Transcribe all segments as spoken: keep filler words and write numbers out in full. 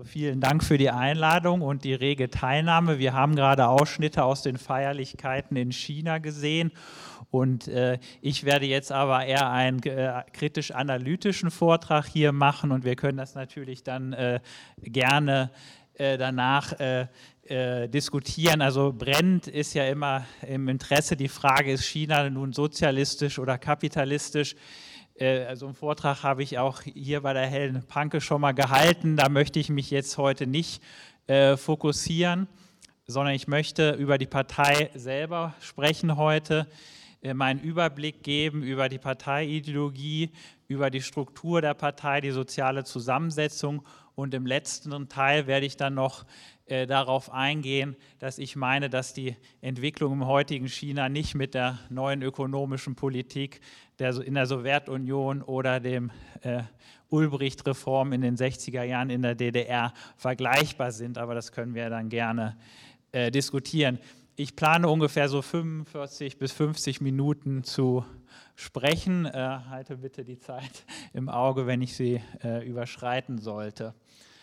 Also vielen Dank für die Einladung und die rege Teilnahme. Wir haben gerade Ausschnitte aus den Feierlichkeiten in China gesehen und äh, ich werde jetzt aber eher einen äh, kritisch-analytischen Vortrag hier machen und wir können das natürlich dann äh, gerne äh, danach äh, äh, diskutieren. Also brennend ist ja immer im Interesse die Frage, ist China nun sozialistisch oder kapitalistisch? Also einen Vortrag habe ich auch hier bei der Helen Panke schon mal gehalten. Da möchte ich mich jetzt heute nicht äh, fokussieren, sondern ich möchte über die Partei selber sprechen heute, äh, meinen Überblick geben über die Parteiideologie, über die Struktur der Partei, die soziale Zusammensetzung und im letzten Teil werde ich dann noch äh, darauf eingehen, dass ich meine, dass die Entwicklung im heutigen China nicht mit der neuen ökonomischen Politik der, in der Sowjetunion oder dem äh, Ulbricht-Reform in den sechziger Jahren in der D D R vergleichbar sind, aber das können wir dann gerne äh, diskutieren. Ich plane ungefähr so fünfundvierzig bis fünfzig Minuten zu sprechen. Äh, halte bitte die Zeit im Auge, wenn ich sie äh, überschreiten sollte.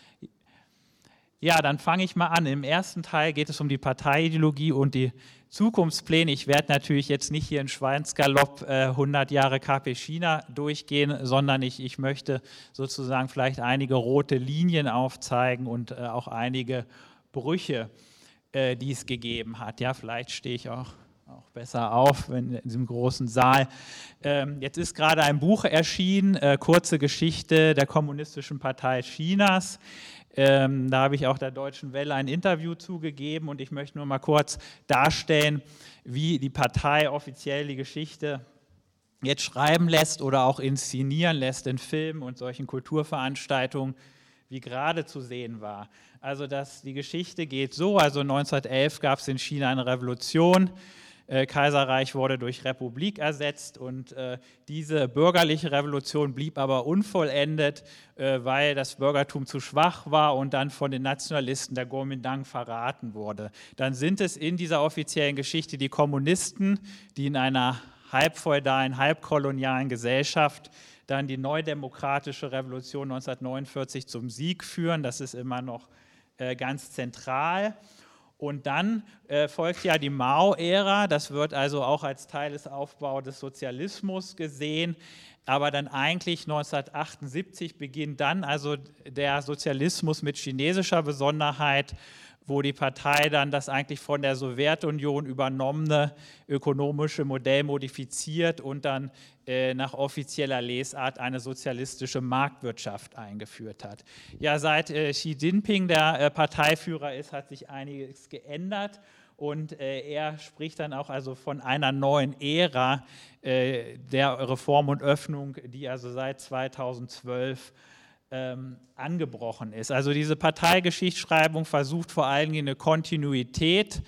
Ja, dann fange ich mal an. Im ersten Teil geht es um die Parteiideologie und die Zukunftspläne. Ich werde natürlich jetzt nicht hier in Schweinsgalopp äh, hundert Jahre K P China durchgehen, sondern ich, ich möchte sozusagen vielleicht einige rote Linien aufzeigen und äh, auch einige Brüche, äh, die es gegeben hat. Ja, vielleicht stehe ich auch, auch besser auf wenn, in diesem großen Saal. Ähm, jetzt ist gerade ein Buch erschienen, äh, Kurze Geschichte der Kommunistischen Partei Chinas. Ähm, da habe ich auch der Deutschen Welle ein Interview zugegeben und ich möchte nur mal kurz darstellen, wie die Partei offiziell die Geschichte jetzt schreiben lässt oder auch inszenieren lässt in Filmen und solchen Kulturveranstaltungen, wie gerade zu sehen war. Also dass die Geschichte geht so, also neunzehnhundertelf gab es in China eine Revolution, Äh, Kaiserreich wurde durch Republik ersetzt und äh, diese bürgerliche Revolution blieb aber unvollendet, äh, weil das Bürgertum zu schwach war und dann von den Nationalisten der Kuomintang verraten wurde. Dann sind es in dieser offiziellen Geschichte die Kommunisten, die in einer halbfeudalen, halbkolonialen Gesellschaft dann die neudemokratische Revolution neunzehnhundertneunundvierzig zum Sieg führen. Das ist immer noch äh, ganz zentral. Und dann äh, folgt ja die Mao-Ära, das wird also auch als Teil des Aufbaus des Sozialismus gesehen, aber dann eigentlich neunzehnhundertachtundsiebzig beginnt dann also der Sozialismus mit chinesischer Besonderheit, wo die Partei dann das eigentlich von der Sowjetunion übernommene ökonomische Modell modifiziert und dann äh, nach offizieller Lesart eine sozialistische Marktwirtschaft eingeführt hat. Ja, seit äh, Xi Jinping der äh, Parteiführer ist, hat sich einiges geändert und äh, er spricht dann auch also von einer neuen Ära äh, der Reform und Öffnung, die also seit zweitausendzwölf Ähm, angebrochen ist. Also diese Parteigeschichtsschreibung versucht vor allen Dingen eine Kontinuität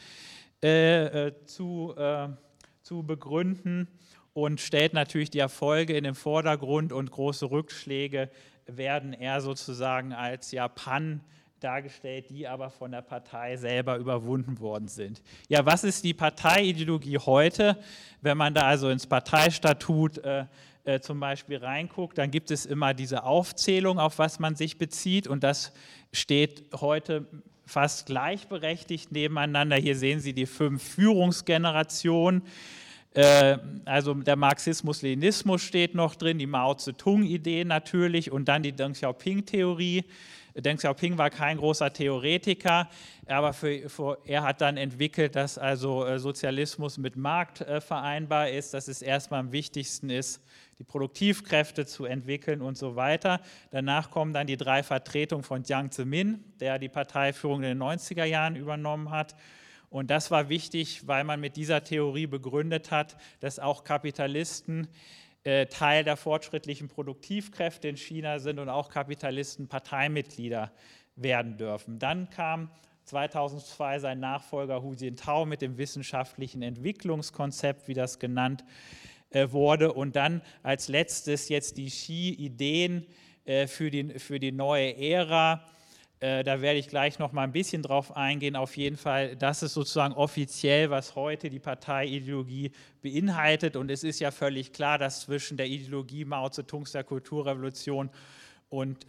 äh, äh, zu, äh, zu begründen und stellt natürlich die Erfolge in den Vordergrund und große Rückschläge werden eher sozusagen als Japan dargestellt, die aber von der Partei selber überwunden worden sind. Ja, was ist die Parteiideologie heute? Wenn man da also ins Parteistatut äh, Äh, zum Beispiel reinguckt, dann gibt es immer diese Aufzählung, auf was man sich bezieht und das steht heute fast gleichberechtigt nebeneinander. Hier sehen Sie die fünf Führungsgenerationen, äh, also der Marxismus-Leninismus steht noch drin, die Mao Zedong-Idee natürlich und dann die Deng Xiaoping-Theorie. Deng Xiaoping war kein großer Theoretiker, aber für, für, er hat dann entwickelt, dass also äh, Sozialismus mit Markt äh, vereinbar ist, dass es erstmal am wichtigsten ist, die Produktivkräfte zu entwickeln und so weiter. Danach kommen dann die drei Vertretungen von Jiang Zemin, der die Parteiführung in den neunziger Jahren übernommen hat. Und das war wichtig, weil man mit dieser Theorie begründet hat, dass auch Kapitalisten äh, Teil der fortschrittlichen Produktivkräfte in China sind und auch Kapitalisten Parteimitglieder werden dürfen. Dann kam zweitausendzwei sein Nachfolger Hu Jintao mit dem wissenschaftlichen Entwicklungskonzept, wie das genannt wurde und dann als letztes jetzt die Xi-Ideen äh, für, die, für die neue Ära. Äh, da werde ich gleich noch mal ein bisschen drauf eingehen. Auf jeden Fall, das ist sozusagen offiziell, was heute die Parteiideologie beinhaltet und es ist ja völlig klar, dass zwischen der Ideologie Mao Zedongs der Kulturrevolution und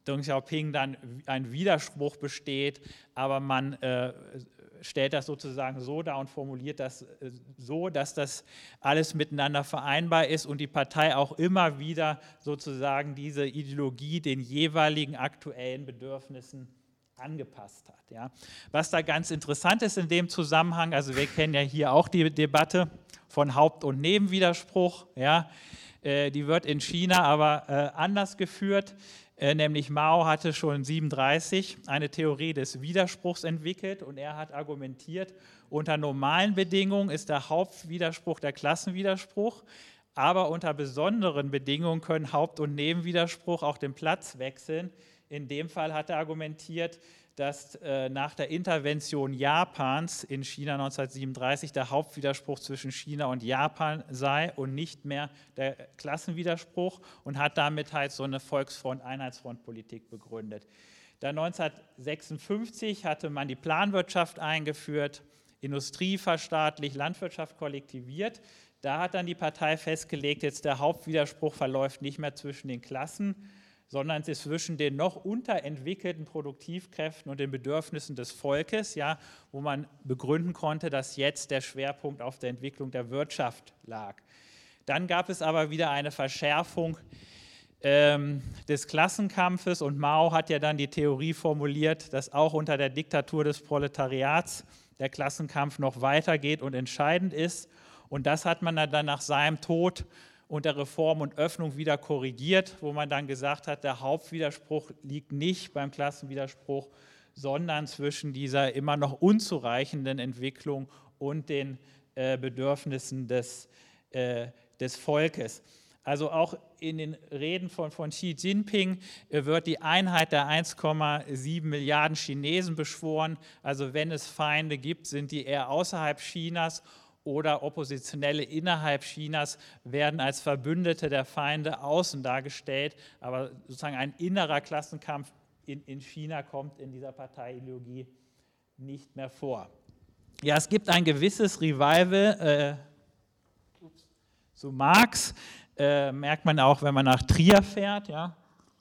Deng Xiaoping dann ein Widerspruch besteht, aber man äh, stellt das sozusagen so dar und formuliert das äh, so, dass das alles miteinander vereinbar ist und die Partei auch immer wieder sozusagen diese Ideologie den jeweiligen aktuellen Bedürfnissen angepasst hat. Ja. Was da ganz interessant ist in dem Zusammenhang, also wir kennen ja hier auch die Debatte von Haupt- und Nebenwiderspruch, ja, äh, die wird in China aber äh, anders geführt. Äh, nämlich Mao hatte schon neunzehnhundertsiebenunddreißig eine Theorie des Widerspruchs entwickelt und er hat argumentiert, unter normalen Bedingungen ist der Hauptwiderspruch der Klassenwiderspruch, aber unter besonderen Bedingungen können Haupt- und Nebenwiderspruch auch den Platz wechseln. In dem Fall hat er argumentiert, dass äh, nach der Intervention Japans in China neunzehnhundertsiebenunddreißig der Hauptwiderspruch zwischen China und Japan sei und nicht mehr der Klassenwiderspruch und hat damit halt so eine Volksfront-Einheitsfront-Politik begründet. Dann neunzehnhundertsechsundfünfzig hatte man die Planwirtschaft eingeführt, Industrie verstaatlicht, Landwirtschaft kollektiviert. Da hat dann die Partei festgelegt, jetzt der Hauptwiderspruch verläuft nicht mehr zwischen den Klassen, sondern es ist zwischen den noch unterentwickelten Produktivkräften und den Bedürfnissen des Volkes, ja, wo man begründen konnte, dass jetzt der Schwerpunkt auf der Entwicklung der Wirtschaft lag. Dann gab es aber wieder eine Verschärfung ähm, des Klassenkampfes und Mao hat ja dann die Theorie formuliert, dass auch unter der Diktatur des Proletariats der Klassenkampf noch weitergeht und entscheidend ist. Und das hat man dann nach seinem Tod unter Reform und Öffnung wieder korrigiert, wo man dann gesagt hat, der Hauptwiderspruch liegt nicht beim Klassenwiderspruch, sondern zwischen dieser immer noch unzureichenden Entwicklung und den äh, Bedürfnissen des, äh, des Volkes. Also auch in den Reden von, von Xi Jinping wird die Einheit der eins Komma sieben Milliarden Chinesen beschworen. Also wenn es Feinde gibt, sind die eher außerhalb Chinas oder Oppositionelle innerhalb Chinas werden als Verbündete der Feinde außen dargestellt, aber sozusagen ein innerer Klassenkampf in, in China kommt in dieser Parteiideologie nicht mehr vor. Ja, es gibt ein gewisses Revival äh, zu Marx, äh, merkt man auch, wenn man nach Trier fährt, ja,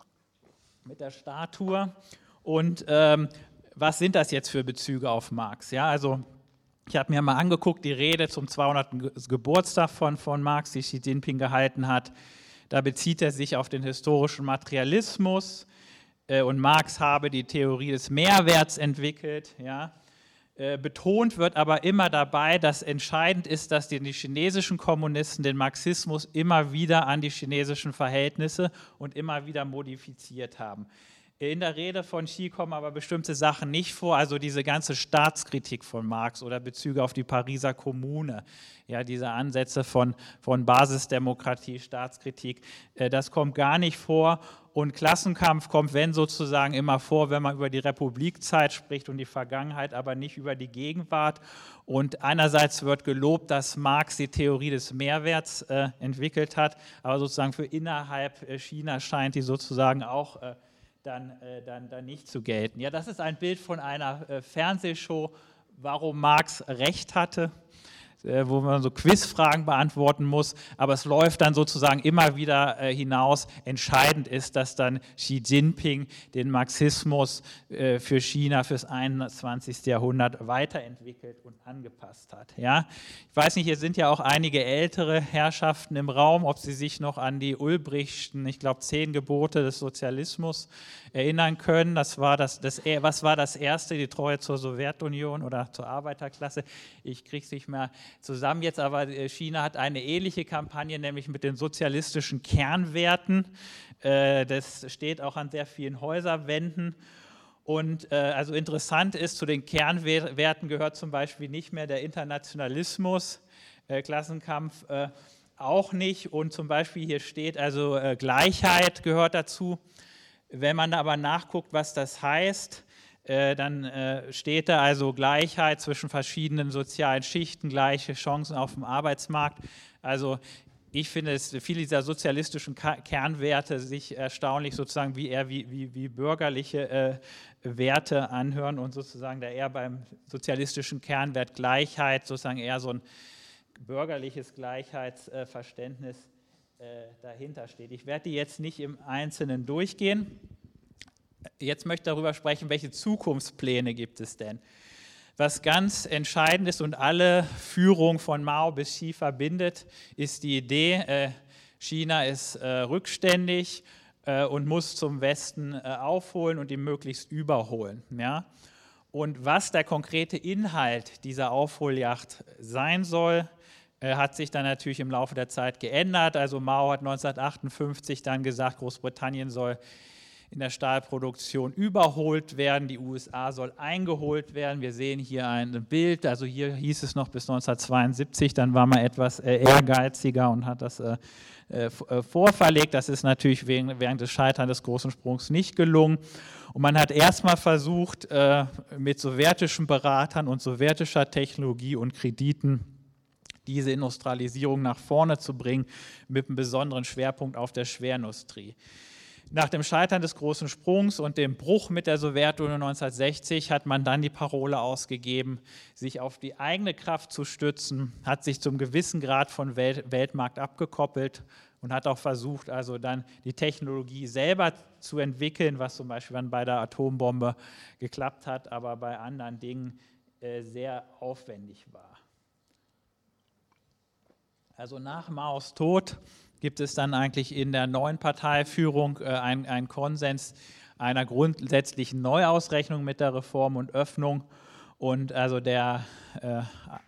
mit der Statue. Und ähm, was sind das jetzt für Bezüge auf Marx? Ja, also ich habe mir mal angeguckt, die Rede zum zweihundertsten Geburtstag von, von Marx, die Xi Jinping gehalten hat. Da bezieht er sich auf den historischen Materialismus äh, und Marx habe die Theorie des Mehrwerts entwickelt. Ja. Äh, betont wird aber immer dabei, dass entscheidend ist, dass die, die chinesischen Kommunisten den Marxismus immer wieder an die chinesischen Verhältnisse und immer wieder modifiziert haben. In der Rede von Xi kommen aber bestimmte Sachen nicht vor, also diese ganze Staatskritik von Marx oder Bezüge auf die Pariser Kommune, ja, diese Ansätze von, von Basisdemokratie, Staatskritik, äh, das kommt gar nicht vor. Und Klassenkampf kommt, wenn sozusagen, immer vor, wenn man über die Republikzeit spricht und die Vergangenheit, aber nicht über die Gegenwart. Und einerseits wird gelobt, dass Marx die Theorie des Mehrwerts äh, entwickelt hat, aber sozusagen für innerhalb China scheint die sozusagen auch äh, Dann, äh, dann, dann nicht zu gelten. Ja, das ist ein Bild von einer äh, Fernsehshow, warum Marx recht hatte, äh, wo man so Quizfragen beantworten muss, aber es läuft dann sozusagen immer wieder äh, hinaus. Entscheidend ist, dass dann Xi Jinping den Marxismus äh, für China fürs einundzwanzigste Jahrhundert weiterentwickelt und angepasst hat. Ja? Ich weiß nicht, hier sind ja auch einige ältere Herrschaften im Raum, ob sie sich noch an die Ulbrichtschen, ich glaube, zehn Gebote des Sozialismus erinnern können. Das war das, das, was war das erste? Die Treue zur Sowjetunion oder zur Arbeiterklasse? Ich kriege es nicht mehr zusammen jetzt, aber China hat eine ähnliche Kampagne, nämlich mit den sozialistischen Kernwerten. Das steht auch an sehr vielen Häuserwänden. Und äh, also interessant ist, zu den Kernwerten gehört zum Beispiel nicht mehr der Internationalismus, äh, Klassenkampf äh, auch nicht. Und zum Beispiel hier steht also äh, Gleichheit gehört dazu. Wenn man aber nachguckt, was das heißt, äh, dann äh, steht da also Gleichheit zwischen verschiedenen sozialen Schichten, gleiche Chancen auf dem Arbeitsmarkt. Also ich finde es viele dieser sozialistischen Kernwerte sich erstaunlich sozusagen wie eher wie, wie, wie bürgerliche äh, Werte anhören und sozusagen da eher beim sozialistischen Kernwert Gleichheit sozusagen eher so ein bürgerliches Gleichheitsverständnis äh, dahinter steht. Ich werde die jetzt nicht im Einzelnen durchgehen. jetzt möchte ich darüber sprechen, welche Zukunftspläne gibt es denn? Was ganz entscheidend ist und alle Führung von Mao bis Xi verbindet, ist die Idee, äh, China ist äh, rückständig äh, und muss zum Westen äh, aufholen und ihn möglichst überholen. Ja? Und was der konkrete Inhalt dieser Aufholjagd sein soll, äh, hat sich dann natürlich im Laufe der Zeit geändert. Also Mao hat neunzehnhundertachtundfünfzig dann gesagt, Großbritannien soll in der Stahlproduktion überholt werden, die U S A soll eingeholt werden. Wir sehen hier ein Bild, also hier hieß es noch bis neunzehnhundertzweiundsiebzig, dann war man etwas äh, ehrgeiziger und hat das äh, äh, vorverlegt. Das ist natürlich wegen, während des Scheiterns des großen Sprungs nicht gelungen. Und man hat erstmal versucht, äh, mit sowjetischen Beratern und sowjetischer Technologie und Krediten diese Industrialisierung nach vorne zu bringen, mit einem besonderen Schwerpunkt auf der Schwerindustrie. Nach dem Scheitern des großen Sprungs und dem Bruch mit der Sowjetunion neunzehnhundertsechzig hat man dann die Parole ausgegeben, sich auf die eigene Kraft zu stützen, hat sich zum gewissen Grad von Welt, Weltmarkt abgekoppelt und hat auch versucht, also dann die Technologie selber zu entwickeln, was zum Beispiel dann bei der Atombombe geklappt hat, aber bei anderen Dingen äh, sehr aufwendig war. Also nach Maos Tod gibt es dann eigentlich in der neuen Parteiführung äh, einen Konsens einer grundsätzlichen Neuausrechnung mit der Reform und Öffnung. Und also der, äh,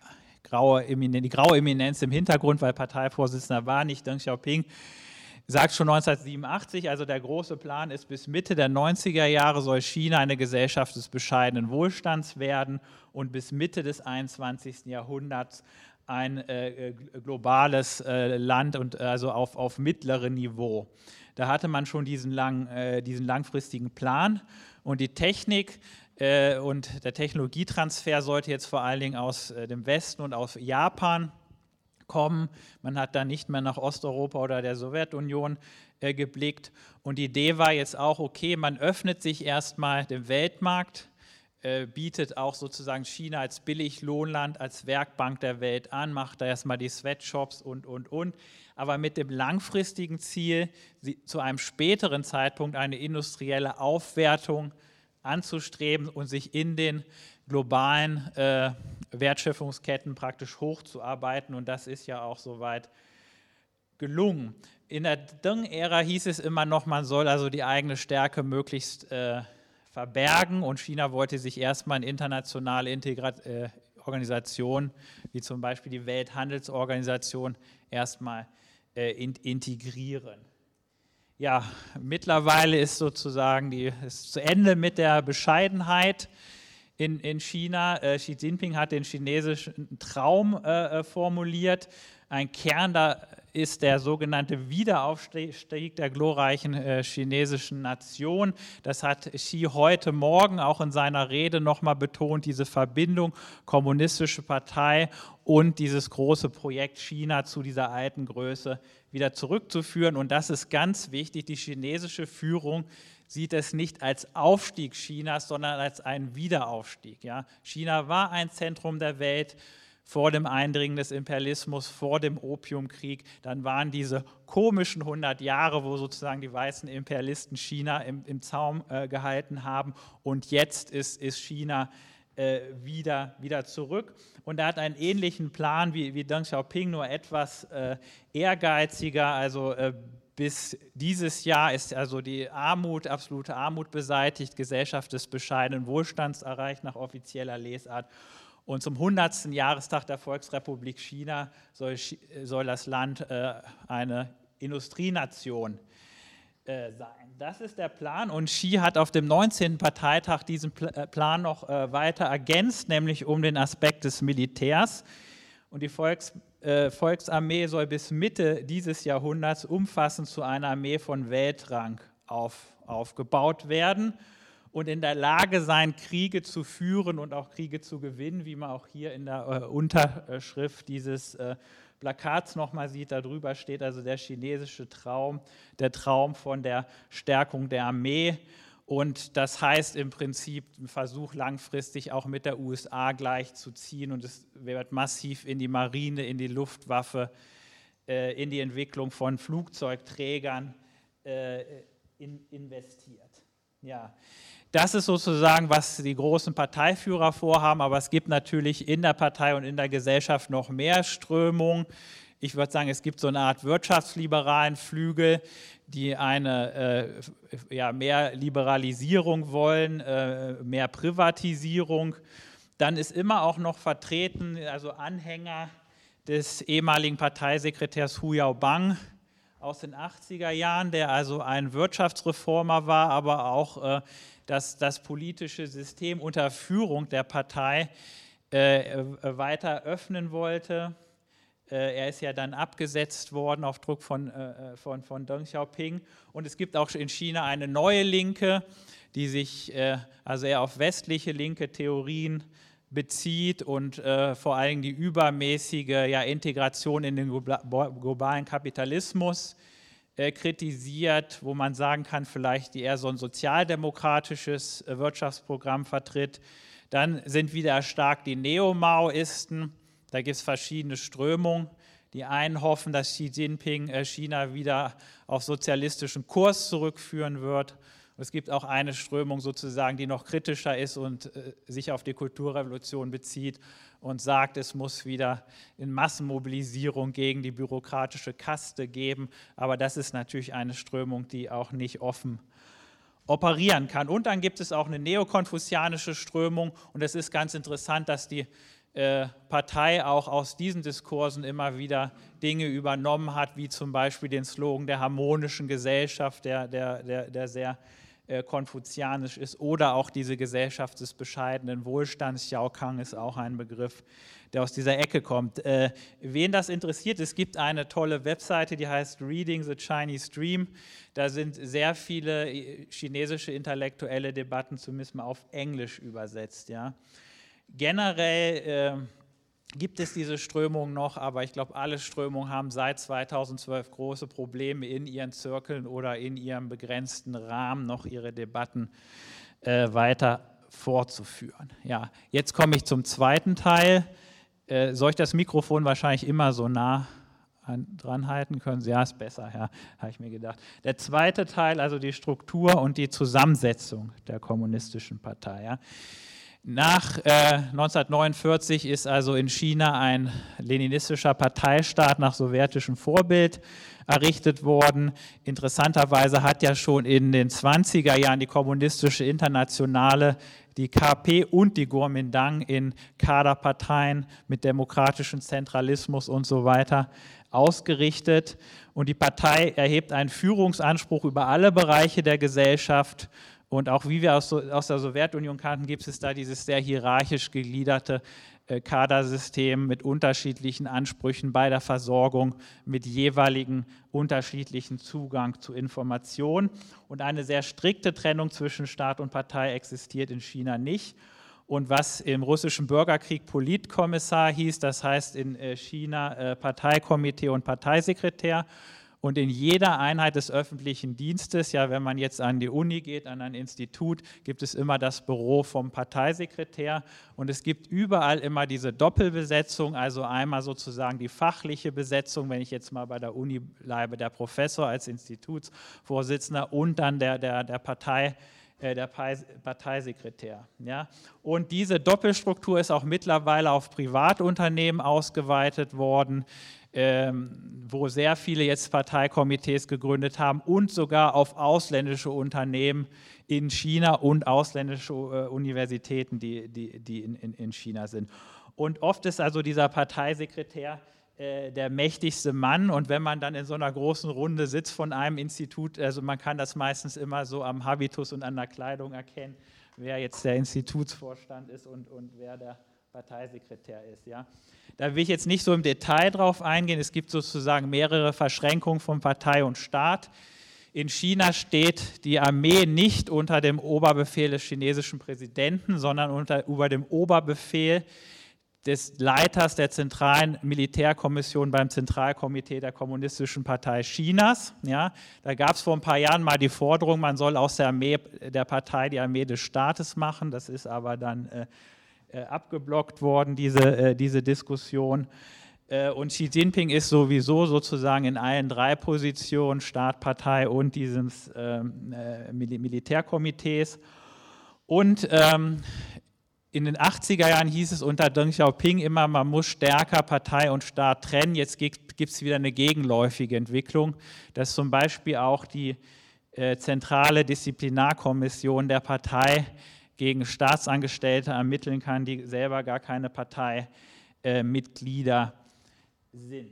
graue, die graue Eminenz im Hintergrund, weil Parteivorsitzender war nicht Deng Xiaoping, sagt schon neunzehnhundertsiebenundachtzig, also der große Plan ist, bis Mitte der neunziger Jahre soll China eine Gesellschaft des bescheidenen Wohlstands werden und bis Mitte des einundzwanzigsten Jahrhunderts ein äh, globales äh, Land und also auf, auf mittlerem Niveau. Da hatte man schon diesen, lang, äh, diesen langfristigen Plan und die Technik äh, und der Technologietransfer sollte jetzt vor allen Dingen aus äh, dem Westen und aus Japan kommen. Man hat da nicht mehr nach Osteuropa oder der Sowjetunion äh, geblickt und die Idee war jetzt auch, okay, man öffnet sich erstmal dem Weltmarkt, bietet auch sozusagen China als Billiglohnland, als Werkbank der Welt an, macht da erstmal die Sweatshops und, und, und. Aber mit dem langfristigen Ziel, zu einem späteren Zeitpunkt eine industrielle Aufwertung anzustreben und sich in den globalen äh, Wertschöpfungsketten praktisch hochzuarbeiten. Und das ist ja auch soweit gelungen. In der Deng-Ära hieß es immer noch, man soll also die eigene Stärke möglichst äh, verbergen und China wollte sich erstmal in internationale Integrat äh, Organisationen, wie zum Beispiel die Welthandelsorganisation, erstmal äh, in integrieren. Ja, mittlerweile ist sozusagen die, ist zu Ende mit der Bescheidenheit in, in China. Äh, Xi Jinping hat den chinesischen Traum äh, formuliert. Ein Kern da ist der sogenannte Wiederaufstieg der glorreichen äh, chinesischen Nation. Das hat Xi heute Morgen auch in seiner Rede nochmal betont, diese Verbindung kommunistische Partei und dieses große Projekt China zu dieser alten Größe wieder zurückzuführen. Und das ist ganz wichtig, die chinesische Führung sieht es nicht als Aufstieg Chinas, sondern als einen Wiederaufstieg. Ja? China war ein Zentrum der Welt vor dem Eindringen des Imperialismus, vor dem Opiumkrieg. Dann waren diese komischen hundert Jahre, wo sozusagen die weißen Imperialisten China im, im Zaum äh, gehalten haben. Und jetzt ist, ist China äh, wieder, wieder zurück. Und er hat einen ähnlichen Plan wie, wie Deng Xiaoping, nur etwas äh, ehrgeiziger. Also äh, bis dieses Jahr ist also die Armut, absolute Armut beseitigt, Gesellschaft des bescheidenen Wohlstands erreicht nach offizieller Lesart. Und zum hundertsten Jahrestag der Volksrepublik China soll, soll das Land äh, eine Industrienation äh, sein. Das ist der Plan und Xi hat auf dem neunzehnten Parteitag diesen Pl äh, Plan noch äh, weiter ergänzt, nämlich um den Aspekt des Militärs. Und die Volks, äh, Volksarmee soll bis Mitte dieses Jahrhunderts umfassend zu einer Armee von Weltrang auf, aufgebaut werden und in der Lage sein, Kriege zu führen und auch Kriege zu gewinnen, wie man auch hier in der äh, Unterschrift dieses äh, Plakats nochmal sieht. Darüber steht also der chinesische Traum, der Traum von der Stärkung der Armee. Und das heißt im Prinzip ein Versuch langfristig auch mit der U S A gleichzuziehen und es wird massiv in die Marine, in die Luftwaffe, äh, in die Entwicklung von Flugzeugträgern äh, in, investiert. Ja, das ist sozusagen, was die großen Parteiführer vorhaben, aber es gibt natürlich in der Partei und in der Gesellschaft noch mehr Strömungen. Ich würde sagen, es gibt so eine Art wirtschaftsliberalen Flügel, die eine äh, ja, mehr Liberalisierung wollen, äh, mehr Privatisierung. Dann ist immer auch noch vertreten, also Anhänger des ehemaligen Parteisekretärs Hu Yaobang aus den achtziger Jahren, der also ein Wirtschaftsreformer war, aber auch äh, das, das politische System unter Führung der Partei äh, weiter öffnen wollte. Er ist ja dann abgesetzt worden auf Druck von, äh, von, von Deng Xiaoping. Und es gibt auch in China eine neue Linke, die sich äh, also eher auf westliche linke Theorien bezieht und äh, vor allem die übermäßige ja, Integration in den globalen Kapitalismus äh, kritisiert, wo man sagen kann, vielleicht die eher so ein sozialdemokratisches äh, Wirtschaftsprogramm vertritt. Dann sind wieder stark die Neo-Maoisten. Da gibt es verschiedene Strömungen. Die einen hoffen, dass Xi Jinping China wieder auf sozialistischen Kurs zurückführen wird. Es gibt auch eine Strömung sozusagen, die noch kritischer ist und äh, sich auf die Kulturrevolution bezieht und sagt, es muss wieder in Massenmobilisierung gegen die bürokratische Kaste geben. Aber das ist natürlich eine Strömung, die auch nicht offen operieren kann. Und dann gibt es auch eine neokonfuzianische Strömung. Und es ist ganz interessant, dass die Partei auch aus diesen Diskursen immer wieder Dinge übernommen hat, wie zum Beispiel den Slogan der harmonischen Gesellschaft, der, der, der, der sehr äh, konfuzianisch ist, oder auch diese Gesellschaft des bescheidenen Wohlstands. Xiaokang ist auch ein Begriff, der aus dieser Ecke kommt. Äh, wen das interessiert, es gibt eine tolle Webseite, die heißt Reading the Chinese Dream. Da sind sehr viele chinesische intellektuelle Debatten zumindest mal auf Englisch übersetzt, ja. Generell äh, gibt es diese Strömung noch, aber ich glaube, alle Strömungen haben seit zweitausendzwölf große Probleme in ihren Zirkeln oder in ihrem begrenzten Rahmen noch ihre Debatten äh, weiter fortzuführen. Ja, jetzt komme ich zum zweiten Teil. Äh, soll ich das Mikrofon wahrscheinlich immer so nah an, dran halten können? Ja, ist besser, ja, habe ich mir gedacht. Der zweite Teil, also die Struktur und die Zusammensetzung der Kommunistischen Partei. Ja. Nach äh, neunzehnhundertneunundvierzig ist also in China ein leninistischer Parteistaat nach sowjetischem Vorbild errichtet worden. Interessanterweise hat ja schon in den zwanziger Jahren die Kommunistische Internationale die K P und die Kuomintang in Kaderparteien mit demokratischem Zentralismus und so weiter ausgerichtet. Und die Partei erhebt einen Führungsanspruch über alle Bereiche der Gesellschaft. Und auch wie wir aus, aus der Sowjetunion kannten, gibt es da dieses sehr hierarchisch gegliederte äh, Kadersystem mit unterschiedlichen Ansprüchen bei der Versorgung, mit jeweiligen unterschiedlichen Zugang zu Informationen. Und eine sehr strikte Trennung zwischen Staat und Partei existiert in China nicht. Und was im russischen Bürgerkrieg Politkommissar hieß, das heißt in äh, China äh, Parteikomitee und Parteisekretär. Und in jeder Einheit des öffentlichen Dienstes, ja, wenn man jetzt an die Uni geht, an ein Institut, gibt es immer das Büro vom Parteisekretär. Und es gibt überall immer diese Doppelbesetzung, also einmal sozusagen die fachliche Besetzung, wenn ich jetzt mal bei der Uni bleibe, der Professor als Institutsvorsitzender und dann der, der, der Partei. der Parteisekretär. Ja. Und diese Doppelstruktur ist auch mittlerweile auf Privatunternehmen ausgeweitet worden, ähm, wo sehr viele jetzt Parteikomitees gegründet haben und sogar auf ausländische Unternehmen in China und ausländische äh, Universitäten, die, die, die in, in, in China sind. Und oft ist also dieser Parteisekretär der mächtigste Mann, und wenn man dann in so einer großen Runde sitzt von einem Institut, also man kann das meistens immer so am Habitus und an der Kleidung erkennen, wer jetzt der Institutsvorstand ist und, und wer der Parteisekretär ist. Ja. Da will ich jetzt nicht so im Detail drauf eingehen, es gibt sozusagen mehrere Verschränkungen von Partei und Staat. In China steht die Armee nicht unter dem Oberbefehl des chinesischen Präsidenten, sondern unter, über dem Oberbefehl des Leiters der Zentralen Militärkommission beim Zentralkomitee der Kommunistischen Partei Chinas. Ja, da gab es vor ein paar Jahren mal die Forderung, man soll aus der Armee der Partei die Armee des Staates machen. Das ist aber dann äh, äh, abgeblockt worden, diese, äh, diese Diskussion. Und Xi Jinping ist sowieso sozusagen in allen drei Positionen, Staat, Partei und dieses ähm, äh, Mil Militärkomitees. Und ähm, in den achtziger Jahren hieß es unter Deng Xiaoping immer, man muss stärker Partei und Staat trennen. Jetzt gibt es wieder eine gegenläufige Entwicklung, dass zum Beispiel auch die äh, zentrale Disziplinarkommission der Partei gegen Staatsangestellte ermitteln kann, die selber gar keine Parteimitglieder sind.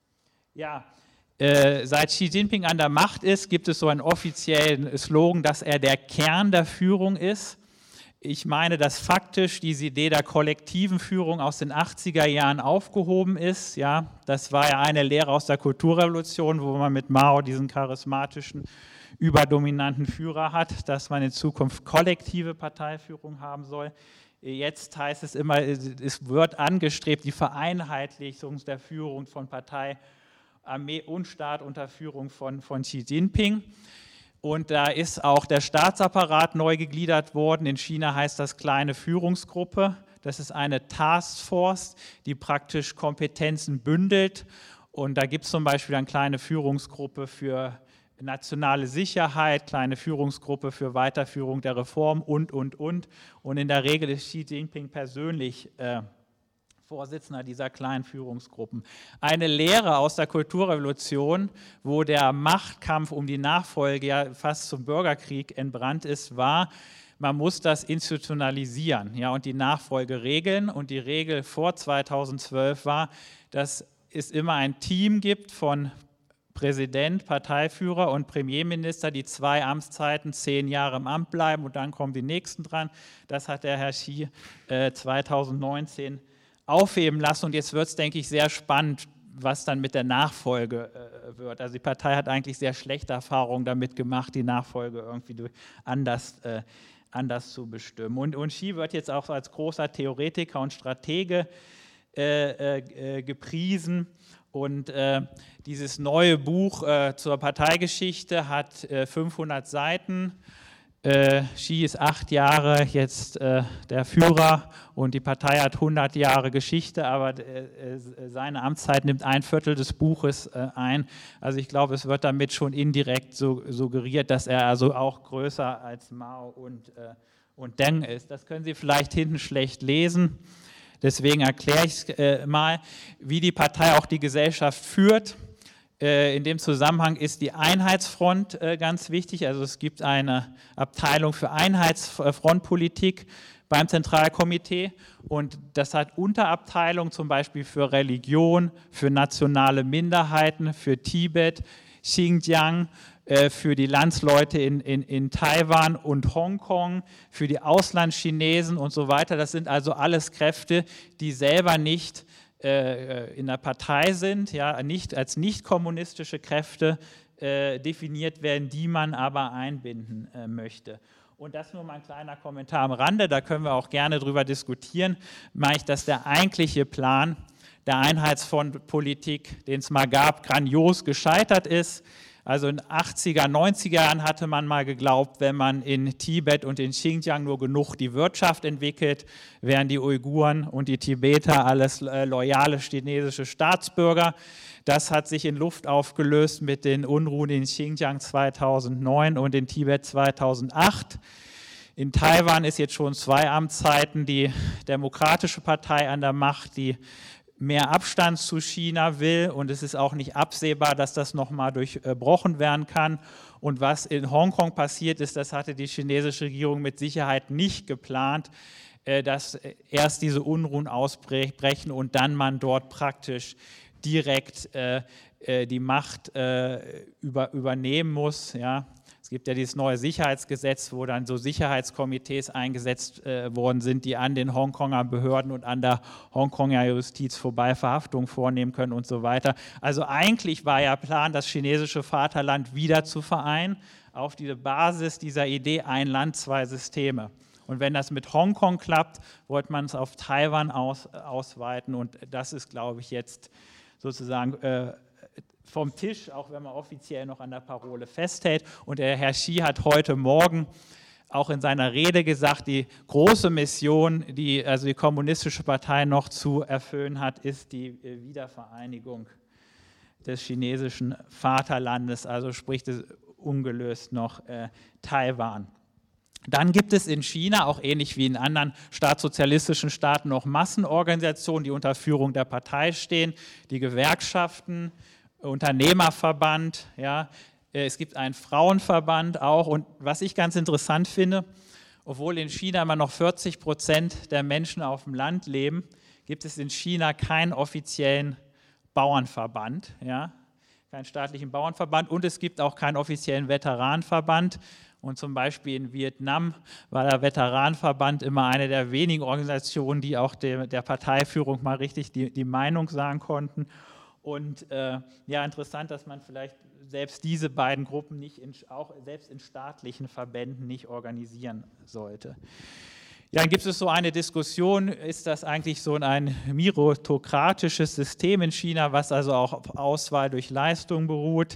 Ja, äh, seit Xi Jinping an der Macht ist, gibt es so einen offiziellen Slogan, dass er der Kern der Führung ist. Ich meine, dass faktisch diese Idee der kollektiven Führung aus den achtziger Jahren aufgehoben ist. Ja, das war ja eine Lehre aus der Kulturrevolution, wo man mit Mao diesen charismatischen, überdominanten Führer hat, dass man in Zukunft kollektive Parteiführung haben soll. Jetzt heißt es immer, es wird angestrebt, die Vereinheitlichung der Führung von Partei, Armee und Staat unter Führung von, von Xi Jinping. Und da ist auch der Staatsapparat neu gegliedert worden. In China heißt das kleine Führungsgruppe. Das ist eine Taskforce, die praktisch Kompetenzen bündelt. Und da gibt es zum Beispiel eine kleine Führungsgruppe für nationale Sicherheit, kleine Führungsgruppe für Weiterführung der Reform und, und, und. Und in der Regel ist Xi Jinping persönlich äh, Vorsitzender dieser kleinen Führungsgruppen. Eine Lehre aus der Kulturrevolution, wo der Machtkampf um die Nachfolge ja fast zum Bürgerkrieg entbrannt ist, war, man muss das institutionalisieren, ja, und die Nachfolge regeln. Und die Regel vor zweitausendzwölf war, dass es immer ein Team gibt von Präsident, Parteiführer und Premierminister, die zwei Amtszeiten, zehn Jahre im Amt bleiben und dann kommen die nächsten dran. Das hat der Herr Xi äh, zweitausendneunzehn aufheben lassen und jetzt wird es, denke ich, sehr spannend, was dann mit der Nachfolge äh, wird. Also die Partei hat eigentlich sehr schlechte Erfahrungen damit gemacht, die Nachfolge irgendwie anders, äh, anders zu bestimmen. Und, und Xi wird jetzt auch als großer Theoretiker und Stratege äh, äh, gepriesen. Und äh, dieses neue Buch äh, zur Parteigeschichte hat äh, fünfhundert Seiten. Äh, Xi ist acht Jahre jetzt äh, der Führer und die Partei hat hundert Jahre Geschichte, aber äh, äh, seine Amtszeit nimmt ein Viertel des Buches äh, ein. Also ich glaube, es wird damit schon indirekt so, suggeriert, dass er also auch größer als Mao und, äh, und Deng ist. Das können Sie vielleicht hinten schlecht lesen. Deswegen erkläre ich äh, mal, wie die Partei auch die Gesellschaft führt. Äh, in dem Zusammenhang ist die Einheitsfront äh, ganz wichtig. Also es gibt eine Abteilung für Einheitsfrontpolitik beim Zentralkomitee und das hat Unterabteilungen zum Beispiel für Religion, für nationale Minderheiten, für Tibet, Xinjiang, für die Landsleute in, in, in Taiwan und Hongkong, für die Auslandschinesen und so weiter. Das sind also alles Kräfte, die selber nicht äh, in der Partei sind, ja, nicht als nicht kommunistische Kräfte äh, definiert werden, die man aber einbinden äh, möchte. Und das nur mal ein kleiner Kommentar am Rande, da können wir auch gerne drüber diskutieren, meine ich, dass der eigentliche Plan der Einheitsfrontpolitik, den es mal gab, grandios gescheitert ist. Also in den achtziger, neunziger Jahren hatte man mal geglaubt, wenn man in Tibet und in Xinjiang nur genug die Wirtschaft entwickelt, wären die Uiguren und die Tibeter alles äh, loyale chinesische Staatsbürger. Das hat sich in Luft aufgelöst mit den Unruhen in Xinjiang zweitausendneun und in Tibet zweitausendacht. In Taiwan ist jetzt schon zwei Amtszeiten die Demokratische Partei an der Macht, die mehr Abstand zu China will und es ist auch nicht absehbar, dass das nochmal durchbrochen werden kann. Und was in Hongkong passiert ist, das hatte die chinesische Regierung mit Sicherheit nicht geplant, dass erst diese Unruhen ausbrechen und dann man dort praktisch direkt die Macht übernehmen muss, ja. Es gibt ja dieses neue Sicherheitsgesetz, wo dann so Sicherheitskomitees eingesetzt äh, worden sind, die an den Hongkonger Behörden und an der Hongkonger Justiz vorbei Verhaftungen vornehmen können und so weiter. Also eigentlich war ja Plan, das chinesische Vaterland wieder zu vereinen, auf diese Basis dieser Idee, ein Land, zwei Systeme. Und wenn das mit Hongkong klappt, wollte man es auf Taiwan aus, ausweiten und das ist, glaube ich, jetzt sozusagen äh, vom Tisch, auch wenn man offiziell noch an der Parole festhält. Und der Herr Xi hat heute Morgen auch in seiner Rede gesagt, die große Mission, die also die Kommunistische Partei noch zu erfüllen hat, ist die Wiedervereinigung des chinesischen Vaterlandes, also sprich das ungelöst noch äh, Taiwan. Dann gibt es in China, auch ähnlich wie in anderen staatssozialistischen Staaten, noch Massenorganisationen, die unter Führung der Partei stehen, die Gewerkschaften, Unternehmerverband, ja, es gibt einen Frauenverband auch. Und was ich ganz interessant finde, obwohl in China immer noch vierzig Prozent der Menschen auf dem Land leben, gibt es in China keinen offiziellen Bauernverband, ja, keinen staatlichen Bauernverband, und es gibt auch keinen offiziellen Veteranenverband. Und zum Beispiel in Vietnam war der Veteranenverband immer eine der wenigen Organisationen, die auch der, der Parteiführung mal richtig die, die Meinung sagen konnten. Und äh, ja, interessant, dass man vielleicht selbst diese beiden Gruppen nicht in, auch selbst in staatlichen Verbänden nicht organisieren sollte. Ja, dann gibt es so eine Diskussion, ist das eigentlich so ein meritokratisches System in China, was also auch auf Auswahl durch Leistung beruht.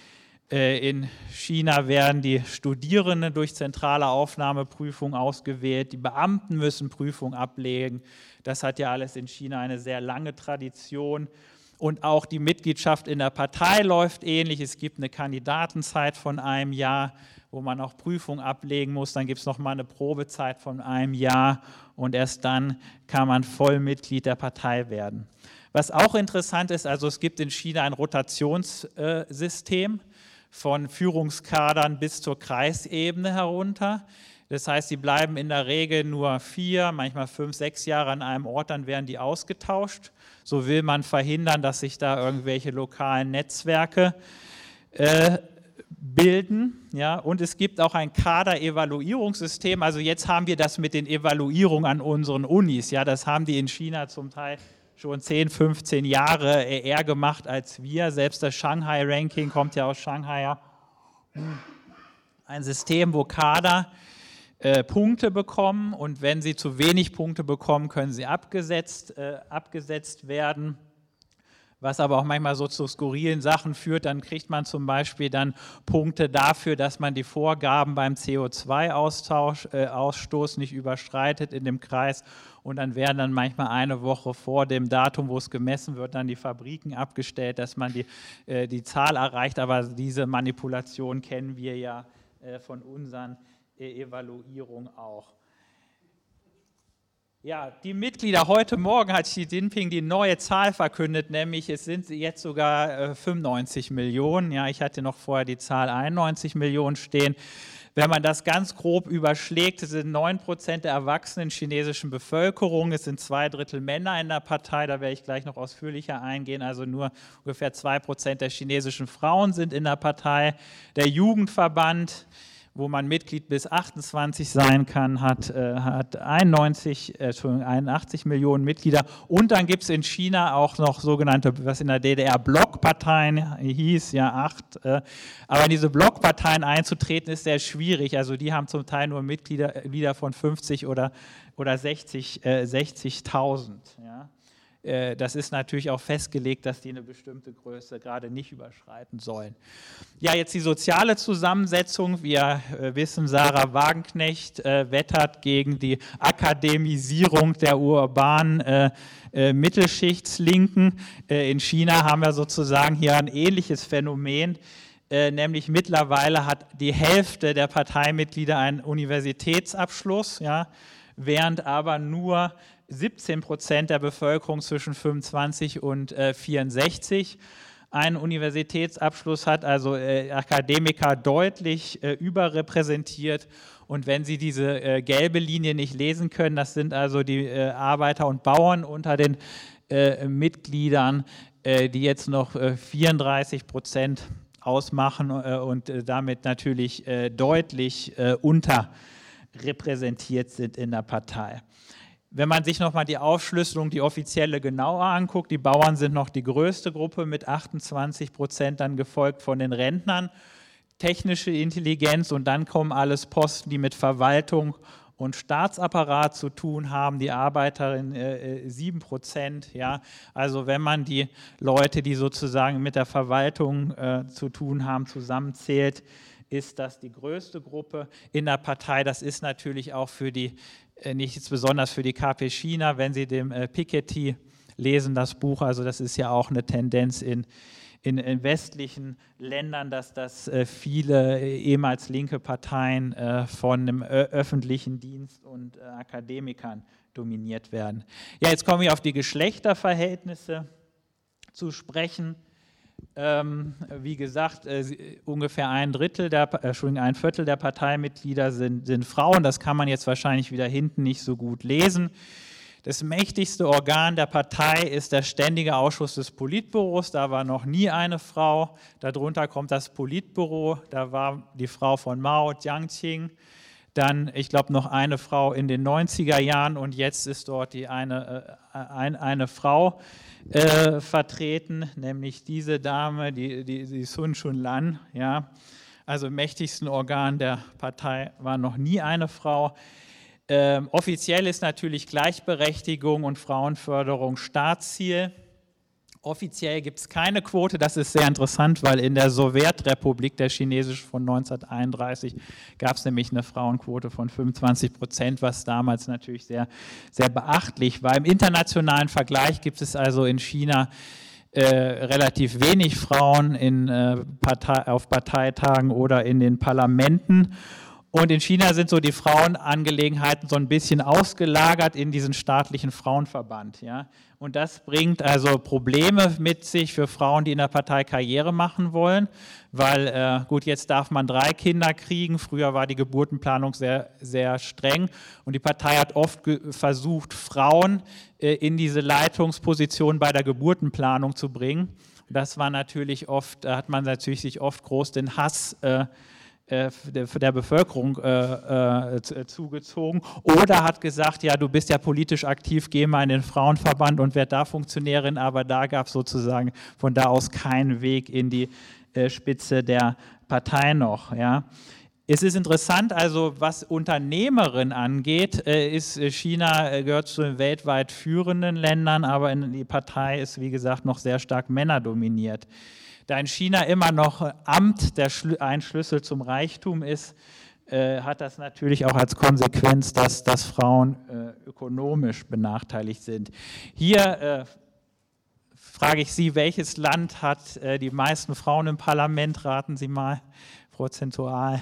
In China werden die Studierenden durch zentrale Aufnahmeprüfung ausgewählt, die Beamten müssen Prüfungen ablegen. Das hat ja alles in China eine sehr lange Tradition. Und auch die Mitgliedschaft in der Partei läuft ähnlich. Es gibt eine Kandidatenzeit von einem Jahr, wo man auch Prüfungen ablegen muss. Dann gibt es nochmal eine Probezeit von einem Jahr und erst dann kann man Vollmitglied der Partei werden. Was auch interessant ist, also es gibt in China ein Rotationssystem von Führungskadern bis zur Kreisebene herunter. Das heißt, sie bleiben in der Regel nur vier, manchmal fünf, sechs Jahre an einem Ort, dann werden die ausgetauscht. So will man verhindern, dass sich da irgendwelche lokalen Netzwerke äh, bilden. Ja? Und es gibt auch ein Kader-Evaluierungssystem. Also jetzt haben wir das mit den Evaluierungen an unseren Unis. Ja? Das haben die in China zum Teil schon zehn, fünfzehn Jahre eher gemacht als wir. Selbst das Shanghai-Ranking kommt ja aus Shanghai. Ein System, wo Kader äh, Punkte bekommen, und wenn sie zu wenig Punkte bekommen, können sie abgesetzt, äh, abgesetzt werden. Was aber auch manchmal so zu skurrilen Sachen führt, dann kriegt man zum Beispiel dann Punkte dafür, dass man die Vorgaben beim C O zwei Ausstoß äh, nicht überschreitet in dem Kreis, und dann werden dann manchmal eine Woche vor dem Datum, wo es gemessen wird, dann die Fabriken abgestellt, dass man die, äh, die Zahl erreicht, aber diese Manipulation kennen wir ja äh, von unseren äh, Evaluierungen auch. Ja, die Mitglieder, heute Morgen hat Xi Jinping die neue Zahl verkündet, nämlich es sind jetzt sogar äh, fünfundneunzig Millionen. Ja, ich hatte noch vorher die Zahl einundneunzig Millionen stehen. Wenn man das ganz grob überschlägt, es sind neun Prozent der erwachsenen chinesischen Bevölkerung, es sind zwei Drittel Männer in der Partei, da werde ich gleich noch ausführlicher eingehen, also nur ungefähr zwei Prozent der chinesischen Frauen sind in der Partei. Der Jugendverband, wo man Mitglied bis achtundzwanzig sein kann, hat, äh, hat einundneunzig, äh, einundachtzig Millionen Mitglieder. Und dann gibt es in China auch noch sogenannte, was in der D D R Blockparteien hieß, ja acht. Äh, aber in diese Blockparteien einzutreten ist sehr schwierig. Also die haben zum Teil nur Mitglieder, Mitglieder von fünfzig oder, oder sechzig, äh, sechzigtausend. Ja. Das ist natürlich auch festgelegt, dass die eine bestimmte Größe gerade nicht überschreiten sollen. Ja, jetzt die soziale Zusammensetzung. Wir äh, wissen, Sarah Wagenknecht äh, wettert gegen die Akademisierung der urbanen äh, äh, Mittelschichtslinken. Äh, in China haben wir sozusagen hier ein ähnliches Phänomen. Äh, nämlich mittlerweile hat die Hälfte der Parteimitglieder einen Universitätsabschluss, ja, während aber nur siebzehn Prozent der Bevölkerung zwischen fünfundzwanzig und äh, vierundsechzig einen Universitätsabschluss hat, also äh, Akademiker deutlich äh, überrepräsentiert. Und wenn Sie diese äh, gelbe Linie nicht lesen können, das sind also die äh, Arbeiter und Bauern unter den äh, Mitgliedern, äh, die jetzt noch äh, vierunddreißig Prozent ausmachen äh, und äh, damit natürlich äh, deutlich äh, unterrepräsentiert sind in der Partei. Wenn man sich nochmal die Aufschlüsselung, die offizielle genauer anguckt, die Bauern sind noch die größte Gruppe mit achtundzwanzig Prozent, dann gefolgt von den Rentnern, technische Intelligenz, und dann kommen alles Posten, die mit Verwaltung und Staatsapparat zu tun haben, die Arbeiterin äh, sieben Prozent. Ja. Also wenn man die Leute, die sozusagen mit der Verwaltung äh, zu tun haben, zusammenzählt, ist das die größte Gruppe in der Partei. Das ist natürlich auch für die, äh, nicht besonders für die K P China, wenn Sie dem äh, Piketty lesen, das Buch, also das ist ja auch eine Tendenz in, in, in westlichen Ländern, dass das äh, viele äh, ehemals linke Parteien äh, von dem ö- öffentlichen Dienst und äh, Akademikern dominiert werden. Ja, jetzt komme ich auf die Geschlechterverhältnisse zu sprechen. Ähm, wie gesagt, äh, ungefähr ein Drittel, der, äh, Entschuldigung, ein Viertel der Parteimitglieder sind, sind Frauen. Das kann man jetzt wahrscheinlich wieder hinten nicht so gut lesen. Das mächtigste Organ der Partei ist der Ständige Ausschuss des Politbüros. Da war noch nie eine Frau. Darunter kommt das Politbüro. Da war die Frau von Mao, Jiang Qing. Dann, ich glaube, noch eine Frau in den neunziger Jahren und jetzt ist dort die eine, äh, ein, eine Frau äh, vertreten, nämlich diese Dame, die, die, die Sun Chunlan. Ja. Also im mächtigsten Organ der Partei war noch nie eine Frau. Ähm, offiziell ist natürlich Gleichberechtigung und Frauenförderung Staatsziel. Offiziell gibt es keine Quote, das ist sehr interessant, weil in der Sowjetrepublik, der chinesischen von neunzehnhunderteinunddreißig, gab es nämlich eine Frauenquote von fünfundzwanzig Prozent, was damals natürlich sehr, sehr beachtlich war. Im internationalen Vergleich gibt es also in China äh, relativ wenig Frauen in, äh, Partei, auf Parteitagen oder in den Parlamenten. Und in China sind so die Frauenangelegenheiten so ein bisschen ausgelagert in diesen staatlichen Frauenverband. Ja? Und das bringt also Probleme mit sich für Frauen, die in der Partei Karriere machen wollen, weil, äh, gut, jetzt darf man drei Kinder kriegen, früher war die Geburtenplanung sehr, sehr streng und die Partei hat oft versucht, Frauen äh, in diese Leitungsposition bei der Geburtenplanung zu bringen. Das war natürlich oft, da hat man natürlich sich oft groß den Hass äh, der Bevölkerung äh, äh, zugezogen oder hat gesagt, ja, du bist ja politisch aktiv, geh mal in den Frauenverband und werd da Funktionärin, aber da gab es sozusagen von da aus keinen Weg in die äh, Spitze der Partei noch. Ja. Es ist interessant, also was Unternehmerin angeht, äh, ist China äh, gehört zu den weltweit führenden Ländern, aber in, die Partei ist, wie gesagt, noch sehr stark männerdominiert. Da in China immer noch Amt der Schlü- ein Schlüssel zum Reichtum ist, äh, hat das natürlich auch als Konsequenz, dass, dass Frauen äh, ökonomisch benachteiligt sind. Hier äh, frage ich Sie, welches Land hat äh, die meisten Frauen im Parlament? Raten Sie mal, prozentual.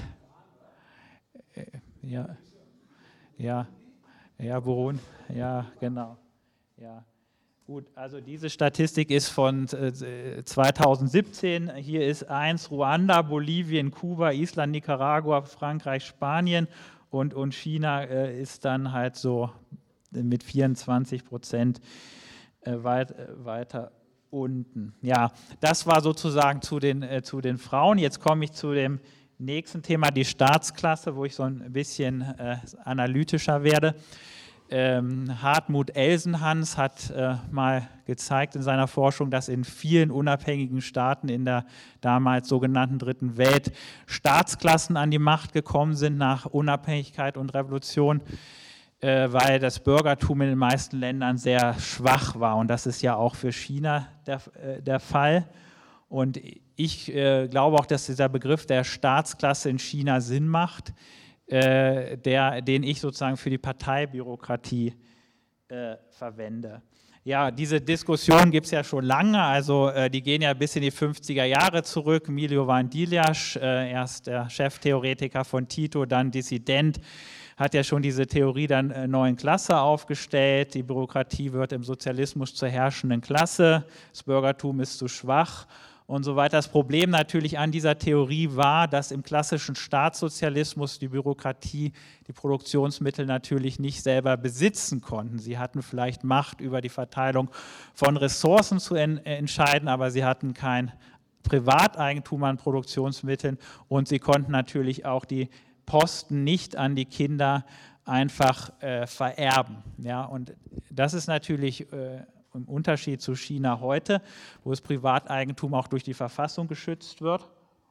Äh, ja, ja, ja, Burundi, ja, genau, ja. Gut, also diese Statistik ist von äh, zweitausendsiebzehn. Hier ist eins Ruanda, Bolivien, Kuba, Island, Nicaragua, Frankreich, Spanien und, und China äh, ist dann halt so mit vierundzwanzig Prozent äh, weit, äh, weiter unten. Ja, das war sozusagen zu den, äh, zu den Frauen. Jetzt komme ich zu dem nächsten Thema, die Staatsklasse, wo ich so ein bisschen äh, analytischer werde. Ähm, Hartmut Elsenhans hat äh, mal gezeigt in seiner Forschung, dass in vielen unabhängigen Staaten in der damals sogenannten Dritten Welt Staatsklassen an die Macht gekommen sind nach Unabhängigkeit und Revolution, äh, weil das Bürgertum in den meisten Ländern sehr schwach war. Und das ist ja auch für China der, äh, der Fall. Und ich äh, glaube auch, dass dieser Begriff der Staatsklasse in China Sinn macht, Äh, der, den ich sozusagen für die Parteibürokratie äh, verwende. Ja, diese Diskussion gibt es ja schon lange, also äh, die gehen ja bis in die fünfziger Jahre zurück. Miljo Vandiljaš, äh, erst der Cheftheoretiker von Tito, dann Dissident, hat ja schon diese Theorie der äh, neuen Klasse aufgestellt. Die Bürokratie wird im Sozialismus zur herrschenden Klasse, das Bürgertum ist zu schwach und so weiter. Das Problem natürlich an dieser Theorie war, dass im klassischen Staatssozialismus die Bürokratie die Produktionsmittel natürlich nicht selber besitzen konnten. Sie hatten vielleicht Macht über die Verteilung von Ressourcen zu en- entscheiden, aber sie hatten kein Privateigentum an Produktionsmitteln und sie konnten natürlich auch die Posten nicht an die Kinder einfach äh, vererben. Ja, und das ist natürlich äh, im Unterschied zu China heute, wo das Privateigentum auch durch die Verfassung geschützt wird,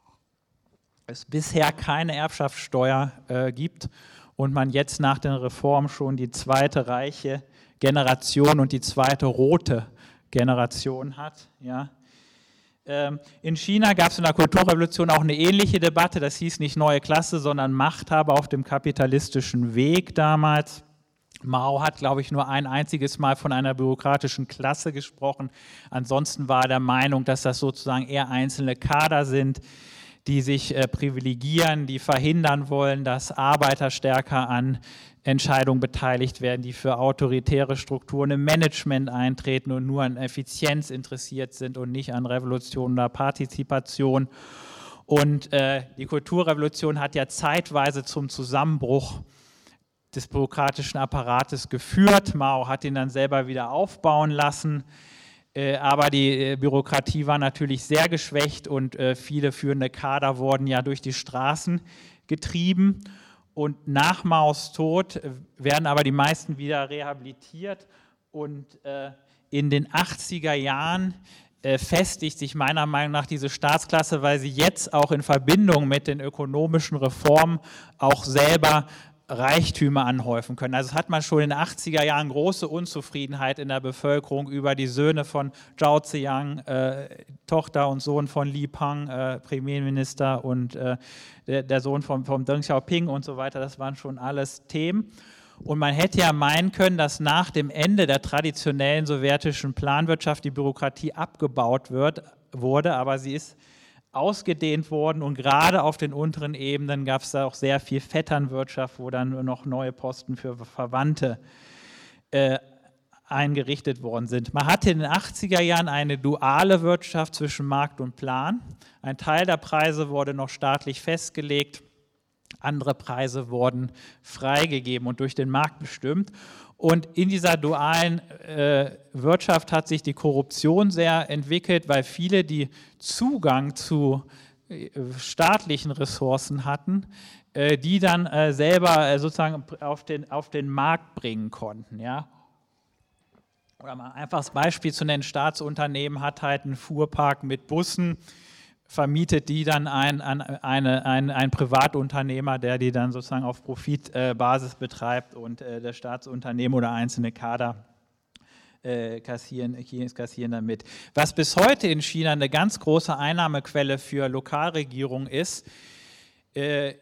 es bisher keine Erbschaftssteuer äh, gibt und man jetzt nach den Reformen schon die zweite reiche Generation und die zweite rote Generation hat. Ja. In China gab es in der Kulturrevolution auch eine ähnliche Debatte, das hieß nicht neue Klasse, sondern Machthaber auf dem kapitalistischen Weg damals. Mao hat, glaube ich, nur ein einziges Mal von einer bürokratischen Klasse gesprochen. Ansonsten war er der Meinung, dass das sozusagen eher einzelne Kader sind, die sich äh, privilegieren, die verhindern wollen, dass Arbeiter stärker an Entscheidungen beteiligt werden, die für autoritäre Strukturen im Management eintreten und nur an Effizienz interessiert sind und nicht an Revolution oder Partizipation. Und äh, die Kulturrevolution hat ja zeitweise zum Zusammenbruch des bürokratischen Apparates geführt. Mao hat ihn dann selber wieder aufbauen lassen. Äh, aber die äh, Bürokratie war natürlich sehr geschwächt und äh, viele führende Kader wurden ja durch die Straßen getrieben. Und nach Maos Tod werden aber die meisten wieder rehabilitiert. Und äh, in den achtziger Jahren äh, festigt sich meiner Meinung nach diese Staatsklasse, weil sie jetzt auch in Verbindung mit den ökonomischen Reformen auch selber Reichtümer anhäufen können. Also hat man schon in den achtziger Jahren große Unzufriedenheit in der Bevölkerung über die Söhne von Zhao Ziyang, äh, Tochter und Sohn von Li Peng, äh, Premierminister, und äh, der, der Sohn von, von Deng Xiaoping und so weiter. Das waren schon alles Themen. Und man hätte ja meinen können, dass nach dem Ende der traditionellen sowjetischen Planwirtschaft die Bürokratie abgebaut wird, wurde, aber sie ist ausgedehnt worden, und gerade auf den unteren Ebenen gab es da auch sehr viel Vetternwirtschaft, wo dann nur noch neue Posten für Verwandte äh, eingerichtet worden sind. Man hatte in den achtziger Jahren eine duale Wirtschaft zwischen Markt und Plan. Ein Teil der Preise wurde noch staatlich festgelegt, andere Preise wurden freigegeben und durch den Markt bestimmt. Und in dieser dualen äh, Wirtschaft hat sich die Korruption sehr entwickelt, weil viele, die Zugang zu äh, staatlichen Ressourcen hatten, äh, die dann äh, selber äh, sozusagen auf den, auf den Markt bringen konnten. Ja? Oder mal ein einfaches Beispiel zu nennen: Staatsunternehmen hat halt einen Fuhrpark mit Bussen, vermietet die dann ein, an eine, ein, ein Privatunternehmer, der die dann sozusagen auf Profitbasis äh, betreibt, und äh, das Staatsunternehmen oder einzelne Kader äh, kassieren, kassieren damit. Was bis heute in China eine ganz große Einnahmequelle für Lokalregierungen ist, äh,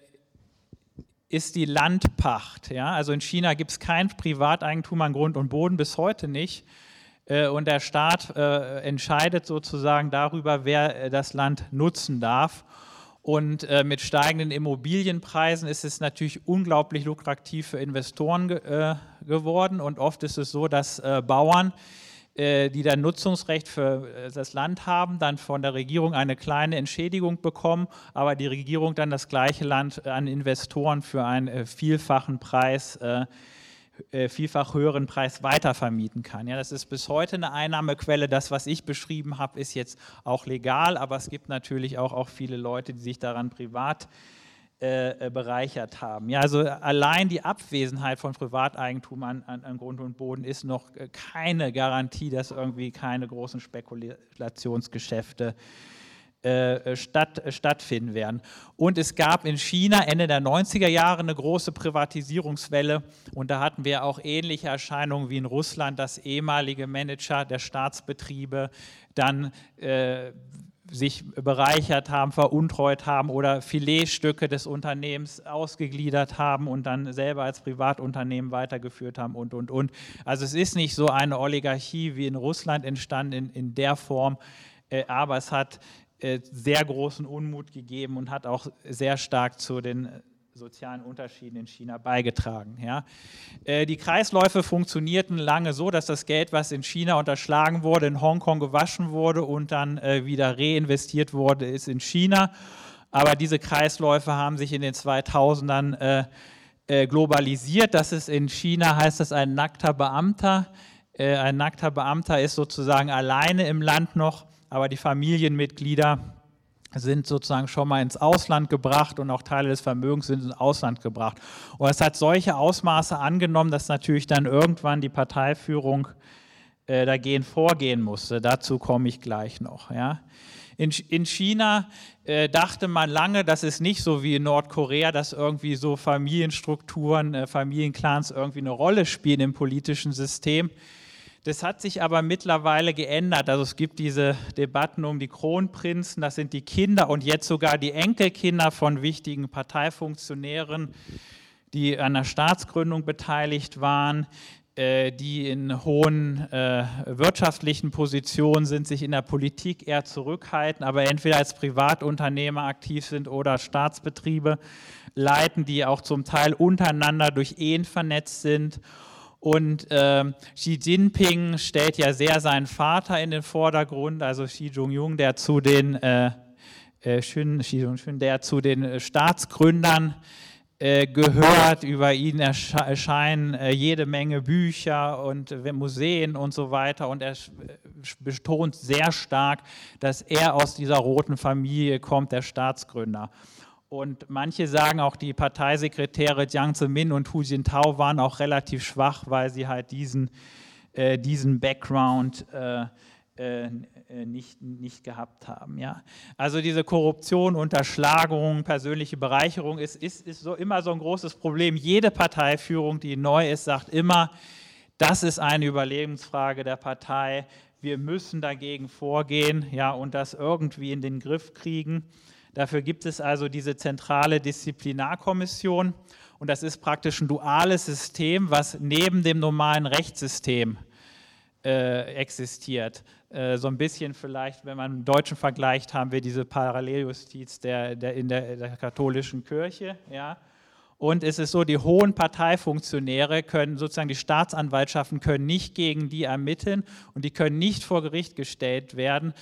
ist die Landpacht. Ja? Also in China gibt es kein Privateigentum an Grund und Boden, bis heute nicht. Und der Staat äh, entscheidet sozusagen darüber, wer äh, das Land nutzen darf. Und äh, mit steigenden Immobilienpreisen ist es natürlich unglaublich lukrativ für Investoren ge äh, geworden. Und oft ist es so, dass äh, Bauern, äh, die dann Nutzungsrecht für äh, das Land haben, dann von der Regierung eine kleine Entschädigung bekommen, aber die Regierung dann das gleiche Land an Investoren für einen äh, vielfachen Preis äh, vielfach höheren Preis weitervermieten kann. Ja, das ist bis heute eine Einnahmequelle. Das, was ich beschrieben habe, ist jetzt auch legal, aber es gibt natürlich auch, auch viele Leute, die sich daran privat äh, bereichert haben. Ja, also allein die Abwesenheit von Privateigentum an, an, an Grund und Boden ist noch keine Garantie, dass irgendwie keine großen Spekulationsgeschäfte Äh, statt, äh, stattfinden werden. Und es gab in China Ende der neunziger Jahre eine große Privatisierungswelle, und da hatten wir auch ähnliche Erscheinungen wie in Russland, dass ehemalige Manager der Staatsbetriebe dann äh, sich bereichert haben, veruntreut haben oder Filetstücke des Unternehmens ausgegliedert haben und dann selber als Privatunternehmen weitergeführt haben und, und, und. Also es ist nicht so eine Oligarchie wie in Russland entstanden in, in der Form, äh, aber es hat sehr großen Unmut gegeben und hat auch sehr stark zu den sozialen Unterschieden in China beigetragen. Ja. Die Kreisläufe funktionierten lange so, dass das Geld, was in China unterschlagen wurde, in Hongkong gewaschen wurde und dann wieder reinvestiert wurde, ist in China. Aber diese Kreisläufe haben sich in den zweitausendern globalisiert. Das ist in China, heißt das, ein nackter Beamter. Ein nackter Beamter ist sozusagen alleine im Land noch, aber die Familienmitglieder sind sozusagen schon mal ins Ausland gebracht und auch Teile des Vermögens sind ins Ausland gebracht. Und es hat solche Ausmaße angenommen, dass natürlich dann irgendwann die Parteiführung äh, dagegen vorgehen musste. Dazu komme ich gleich noch. Ja. In, in China äh, dachte man lange, das ist nicht so wie in Nordkorea, dass irgendwie so Familienstrukturen, äh, Familienclans irgendwie eine Rolle spielen im politischen System. Das hat sich aber mittlerweile geändert. Also es gibt diese Debatten um die Kronprinzen, das sind die Kinder und jetzt sogar die Enkelkinder von wichtigen Parteifunktionären, die an der Staatsgründung beteiligt waren, äh, die in hohen äh, wirtschaftlichen Positionen sind, sich in der Politik eher zurückhalten, aber entweder als Privatunternehmer aktiv sind oder Staatsbetriebe leiten, die auch zum Teil untereinander durch Ehen vernetzt sind. Und äh, Xi Jinping stellt ja sehr seinen Vater in den Vordergrund, also Xi Jinping, der zu den, äh, äh, Xi Jinping, der zu den Staatsgründern äh, gehört. Über ihn erscheinen äh, jede Menge Bücher und äh, Museen und so weiter. Und er betont sehr stark, dass er aus dieser roten Familie kommt, der Staatsgründer. Und manche sagen auch, die Parteisekretäre Jiang Zemin und Hu Jintao waren auch relativ schwach, weil sie halt diesen, äh, diesen Background äh, äh, nicht, nicht gehabt haben. Ja? Also diese Korruption, Unterschlagung, persönliche Bereicherung ist, ist, ist so immer so ein großes Problem. Jede Parteiführung, die neu ist, sagt immer, das ist eine Überlebensfrage der Partei. Wir müssen dagegen vorgehen, ja, und das irgendwie in den Griff kriegen. Dafür gibt es also diese zentrale Disziplinarkommission und das ist praktisch ein duales System, was neben dem normalen Rechtssystem äh, existiert. Äh, so ein bisschen vielleicht, wenn man einen deutschen Vergleich haben wir diese Paralleljustiz der, der, in der, der katholischen Kirche. Ja. Und es ist so, die hohen Parteifunktionäre können, sozusagen die Staatsanwaltschaften können nicht gegen die ermitteln und die können nicht vor Gericht gestellt werden,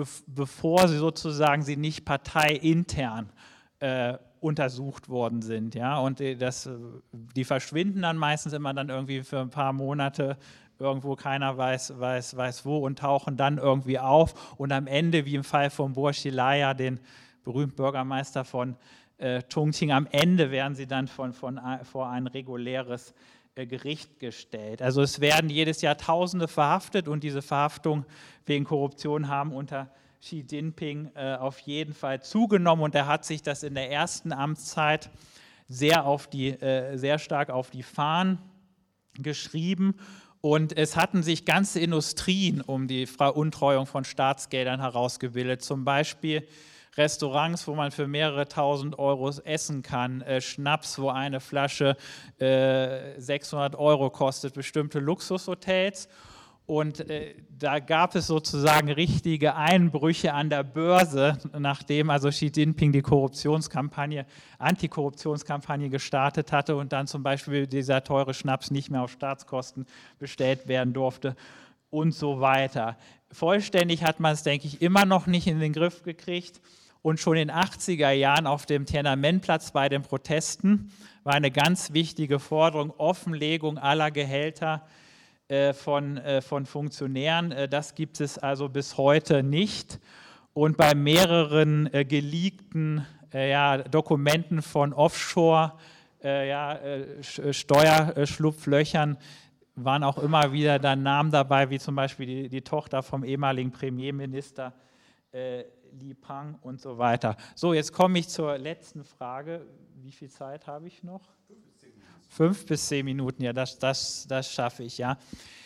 bevor sie sozusagen sie nicht parteiintern äh, untersucht worden sind. Ja? Und das, die verschwinden dann meistens immer dann irgendwie für ein paar Monate irgendwo, keiner weiß, weiß, weiß wo und tauchen dann irgendwie auf. Und am Ende, wie im Fall von Bo Xilai, den berühmten Bürgermeister von Äh, Chongqing, am Ende werden sie dann von, von, vor ein reguläres äh, Gericht gestellt. Also es werden jedes Jahr Tausende verhaftet und diese Verhaftung wegen Korruption haben unter Xi Jinping äh, auf jeden Fall zugenommen und er hat sich das in der ersten Amtszeit sehr, auf die, äh, sehr stark auf die Fahnen geschrieben. Und es hatten sich ganze Industrien um die Veruntreuung von Staatsgeldern herausgebildet, zum Beispiel Restaurants, wo man für mehrere tausend Euro essen kann, äh, Schnaps, wo eine Flasche äh, sechshundert Euro kostet, bestimmte Luxushotels. Und äh, da gab es sozusagen richtige Einbrüche an der Börse, nachdem also Xi Jinping die Korruptionskampagne, Antikorruptionskampagne gestartet hatte und dann zum Beispiel dieser teure Schnaps nicht mehr auf Staatskosten bestellt werden durfte und so weiter. Vollständig hat man es, denke ich, immer noch nicht in den Griff gekriegt. Und schon in den achtziger Jahren auf dem Tiananmenplatz bei den Protesten war eine ganz wichtige Forderung, Offenlegung aller Gehälter äh, von, äh, von Funktionären. Äh, das gibt es also bis heute nicht. Und bei mehreren äh, geleakten äh, ja, Dokumenten von Offshore, äh, ja, äh, Steuerschlupflöchern, waren auch immer wieder dann Namen dabei, wie zum Beispiel die, die Tochter vom ehemaligen Premierminister äh, Li Peng und so weiter. So, jetzt komme ich zur letzten Frage. Wie viel Zeit habe ich noch? Fünf bis zehn Minuten, ja, das, das, das schaffe ich, ja.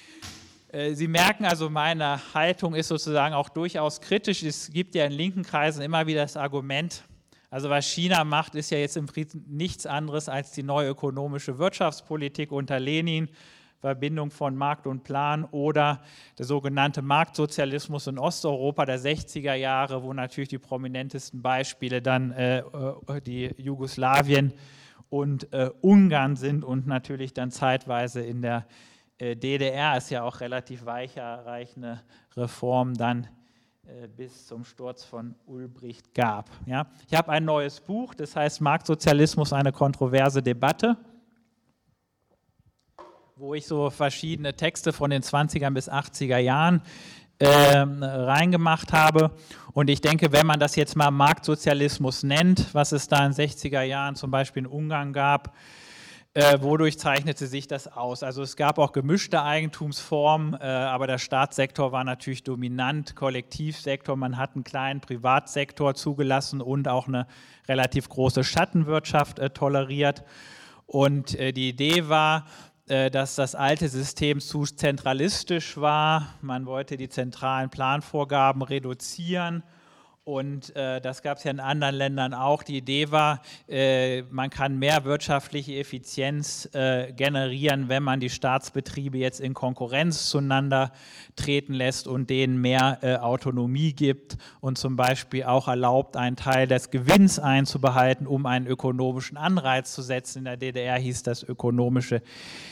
Äh, Sie merken also, meine Haltung ist sozusagen auch durchaus kritisch. Es gibt ja in linken Kreisen immer wieder das Argument, also was China macht, ist ja jetzt im Prinzip nichts anderes als die neue ökonomische Wirtschaftspolitik unter Lenin, Verbindung von Markt und Plan oder der sogenannte Marktsozialismus in Osteuropa der sechziger Jahre, wo natürlich die prominentesten Beispiele dann äh, die Jugoslawien und äh, Ungarn sind und natürlich dann zeitweise in der äh, D D R ist ja auch relativ weicherreichende Reform dann äh, bis zum Sturz von Ulbricht gab. Ja? Ich habe ein neues Buch, das heißt Marktsozialismus, eine kontroverse Debatte, wo ich so verschiedene Texte von den zwanziger bis achtziger Jahren äh, reingemacht habe. Und ich denke, wenn man das jetzt mal Marktsozialismus nennt, was es da in den sechziger Jahren zum Beispiel in Ungarn gab, äh, wodurch zeichnete sich das aus? Also es gab auch gemischte Eigentumsformen, äh, aber der Staatssektor war natürlich dominant, Kollektivsektor, man hat einen kleinen Privatsektor zugelassen und auch eine relativ große Schattenwirtschaft äh, toleriert. Und äh, die Idee war, dass das alte System zu zentralistisch war. Man wollte die zentralen Planvorgaben reduzieren. Und äh, das gab es ja in anderen Ländern auch. Die Idee war, äh, man kann mehr wirtschaftliche Effizienz äh, generieren, wenn man die Staatsbetriebe jetzt in Konkurrenz zueinander treten lässt und denen mehr äh, Autonomie gibt und zum Beispiel auch erlaubt, einen Teil des Gewinns einzubehalten, um einen ökonomischen Anreiz zu setzen. In der D D R hieß das ökonomische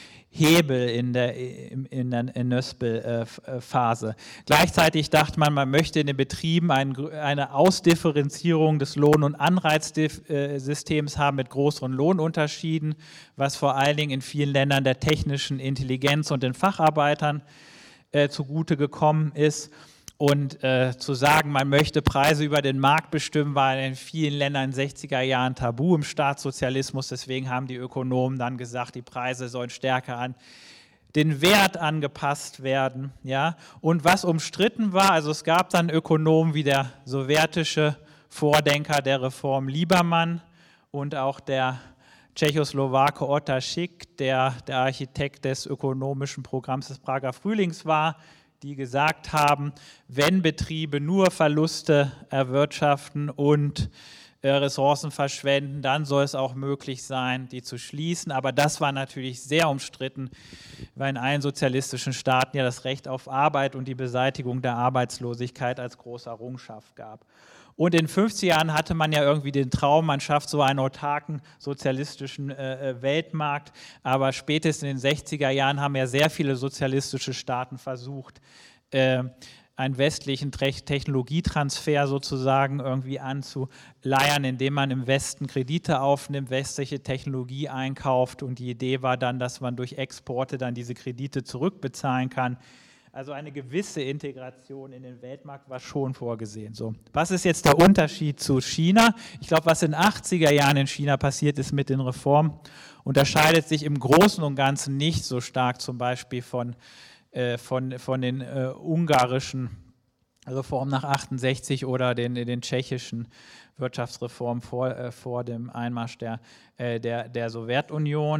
Hebel in der, in der Nöspel-Phase. Gleichzeitig dachte man, man möchte in den Betrieben ein, eine Ausdifferenzierung des Lohn- und Anreizsystems haben mit größeren Lohnunterschieden, was vor allen Dingen in vielen Ländern der technischen Intelligenz und den Facharbeitern äh, zugute gekommen ist. Und äh, zu sagen, man möchte Preise über den Markt bestimmen, war in vielen Ländern in den sechziger Jahren tabu im Staatssozialismus. Deswegen haben die Ökonomen dann gesagt, die Preise sollen stärker an den Wert angepasst werden. Ja? Und was umstritten war, also es gab dann Ökonomen wie der sowjetische Vordenker der Reform Liebermann und auch der Tschechoslowake Otar Schick, der der Architekt des ökonomischen Programms des Prager Frühlings war, die gesagt haben, wenn Betriebe nur Verluste erwirtschaften und äh, Ressourcen verschwenden, dann soll es auch möglich sein, die zu schließen. Aber das war natürlich sehr umstritten, weil in allen sozialistischen Staaten ja das Recht auf Arbeit und die Beseitigung der Arbeitslosigkeit als große Errungenschaft gab. Und in den fünfziger Jahren hatte man ja irgendwie den Traum, man schafft so einen autarken sozialistischen äh, Weltmarkt, aber spätestens in den sechziger Jahren haben ja sehr viele sozialistische Staaten versucht, äh, einen westlichen Technologietransfer sozusagen irgendwie anzuleiern, indem man im Westen Kredite aufnimmt, westliche Technologie einkauft und die Idee war dann, dass man durch Exporte dann diese Kredite zurückbezahlen kann. Also eine gewisse Integration in den Weltmarkt war schon vorgesehen. So, was ist jetzt der Unterschied zu China? Ich glaube, was in den achtziger Jahren in China passiert ist mit den Reformen, unterscheidet sich im Großen und Ganzen nicht so stark zum Beispiel von, äh, von, von den äh, ungarischen Reformen nach achtundsechzig oder den, den tschechischen Wirtschaftsreformen vor, äh, vor dem Einmarsch der, äh, der, der Sowjetunion.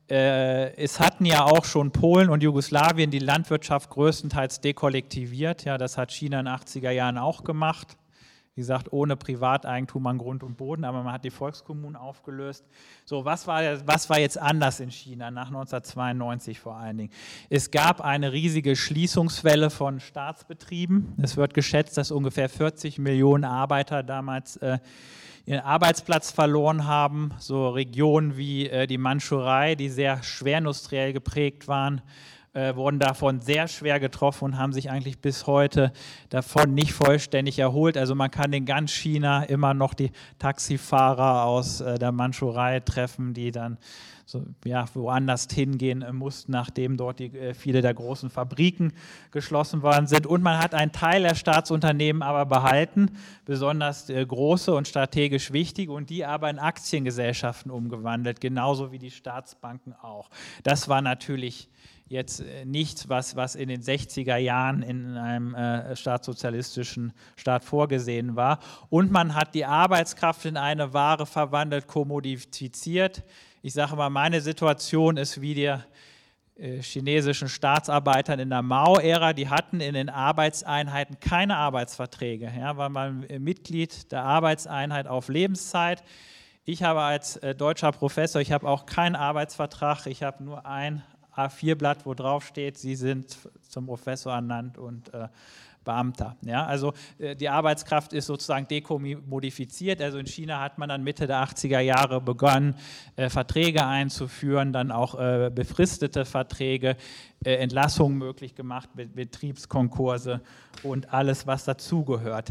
Äh, es hatten ja auch schon Polen und Jugoslawien die Landwirtschaft größtenteils dekollektiviert. Ja, das hat China in den achtziger Jahren auch gemacht. Wie gesagt, ohne Privateigentum an Grund und Boden, aber man hat die Volkskommunen aufgelöst. So, was war, was war jetzt anders in China nach neunzehnhundertzweiundneunzig vor allen Dingen? Es gab eine riesige Schließungswelle von Staatsbetrieben. Es wird geschätzt, dass ungefähr vierzig Millionen Arbeiter damals äh, ihren Arbeitsplatz verloren haben. So Regionen wie äh, die Mandschurei, die sehr schwerindustriell geprägt waren, Äh, wurden davon sehr schwer getroffen und haben sich eigentlich bis heute davon nicht vollständig erholt. Also man kann in ganz China immer noch die Taxifahrer aus äh, der Mandschurei treffen, die dann so, ja, woanders hingehen äh, mussten, nachdem dort die, äh, viele der großen Fabriken geschlossen worden sind. Und man hat einen Teil der Staatsunternehmen aber behalten, besonders äh, große und strategisch wichtig, und die aber in Aktiengesellschaften umgewandelt, genauso wie die Staatsbanken auch. Das war natürlich jetzt nichts, was, was in den sechziger Jahren in einem äh, staatssozialistischen Staat vorgesehen war. Und man hat die Arbeitskraft in eine Ware verwandelt, kommodifiziert. Ich sage mal, meine Situation ist wie der äh, chinesischen Staatsarbeitern in der Mao-Ära. Die hatten in den Arbeitseinheiten keine Arbeitsverträge. Ja, war man Mitglied der Arbeitseinheit auf Lebenszeit. Ich habe als äh, deutscher Professor, ich habe auch keinen Arbeitsvertrag, ich habe nur ein A vier Blatt, wo drauf steht, Sie sind zum Professor ernannt und äh, Beamter. Ja, also äh, die Arbeitskraft ist sozusagen dekommodifiziert. Also in China hat man dann Mitte der achtziger Jahre begonnen, äh, Verträge einzuführen, dann auch äh, befristete Verträge, äh, Entlassungen möglich gemacht, Be- Betriebskonkurse und alles, was dazugehört.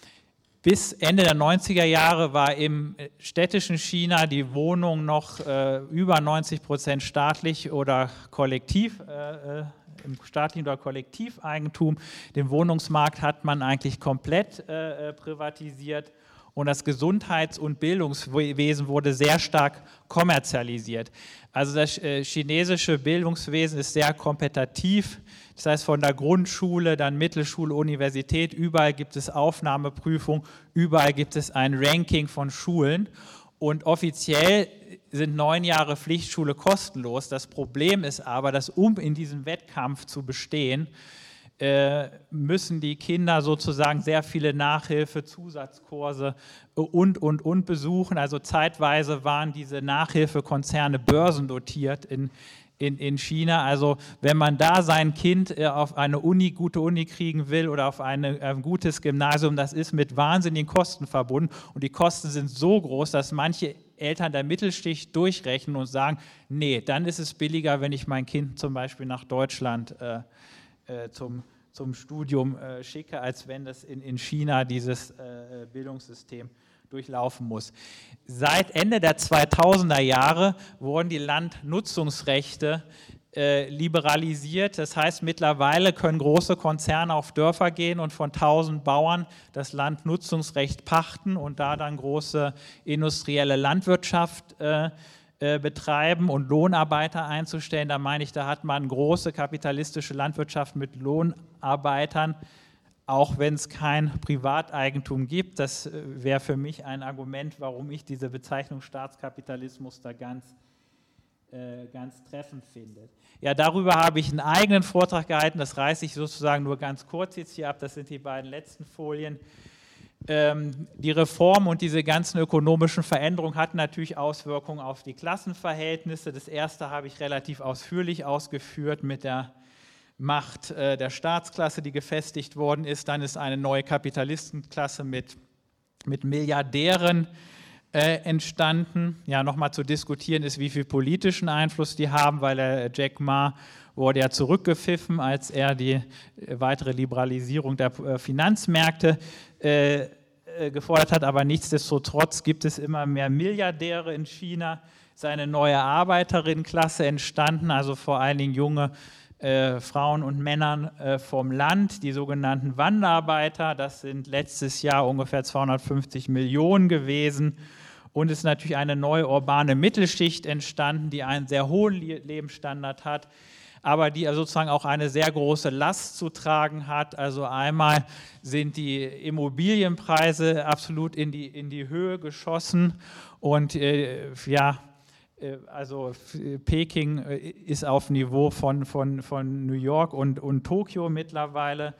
Bis Ende der neunziger Jahre war im städtischen China die Wohnung noch äh, über neunzig Prozent staatlich oder kollektiv, äh, im staatlichen oder Kollektiveigentum. Den Wohnungsmarkt hat man eigentlich komplett äh, privatisiert und das Gesundheits- und Bildungswesen wurde sehr stark kommerzialisiert. Also das äh, chinesische Bildungswesen ist sehr kompetitiv. Das heißt, von der Grundschule, dann Mittelschule, Universität, überall gibt es Aufnahmeprüfungen, überall gibt es ein Ranking von Schulen. Und offiziell sind neun Jahre Pflichtschule kostenlos. Das Problem ist aber, dass um in diesem Wettkampf zu bestehen, äh, müssen die Kinder sozusagen sehr viele Nachhilfe, Zusatzkurse und, und, und besuchen. Also zeitweise waren diese Nachhilfekonzerne börsendotiert in In, in China. Also wenn man da sein Kind äh, auf eine Uni, gute Uni kriegen will oder auf eine, ein gutes Gymnasium, das ist mit wahnsinnigen Kosten verbunden und die Kosten sind so groß, dass manche Eltern der Mittelschicht durchrechnen und sagen, nee, dann ist es billiger, wenn ich mein Kind zum Beispiel nach Deutschland äh, äh, zum, zum Studium äh, schicke, als wenn das in, in China dieses äh, Bildungssystem durchlaufen muss. Seit Ende der zweitausender Jahre wurden die Landnutzungsrechte äh, liberalisiert. Das heißt, mittlerweile können große Konzerne auf Dörfer gehen und von tausend Bauern das Landnutzungsrecht pachten und da dann große industrielle Landwirtschaft äh, äh, betreiben und Lohnarbeiter einzustellen. Da meine ich, da hat man große kapitalistische Landwirtschaft mit Lohnarbeitern, auch wenn es kein Privateigentum gibt. Das wäre für mich ein Argument, warum ich diese Bezeichnung Staatskapitalismus da ganz, äh, ganz treffend finde. Ja, darüber habe ich einen eigenen Vortrag gehalten, das reiße ich sozusagen nur ganz kurz jetzt hier ab, das sind die beiden letzten Folien. Ähm, die Reform und diese ganzen ökonomischen Veränderungen hatten natürlich Auswirkungen auf die Klassenverhältnisse. Das erste habe ich relativ ausführlich ausgeführt mit der Macht äh, der Staatsklasse, die gefestigt worden ist. Dann ist eine neue Kapitalistenklasse mit, mit Milliardären äh, entstanden. Ja, nochmal zu diskutieren ist, wie viel politischen Einfluss die haben, weil der Jack Ma wurde ja zurückgepfiffen, als er die äh, weitere Liberalisierung der äh, Finanzmärkte äh, äh, gefordert hat. Aber nichtsdestotrotz gibt es immer mehr Milliardäre in China. Es ist eine neue Arbeiterinnenklasse entstanden, also vor allen Dingen junge Äh, Frauen und Männern äh, vom Land, die sogenannten Wanderarbeiter. Das sind letztes Jahr ungefähr zweihundertfünfzig Millionen gewesen. Und es ist natürlich eine neue urbane Mittelschicht entstanden, die einen sehr hohen Le- Lebensstandard hat, aber die sozusagen auch eine sehr große Last zu tragen hat. Also einmal sind die Immobilienpreise absolut in die, in die Höhe geschossen und äh, ja, also Peking ist auf Niveau von, von, von New York und, und Tokio mittlerweile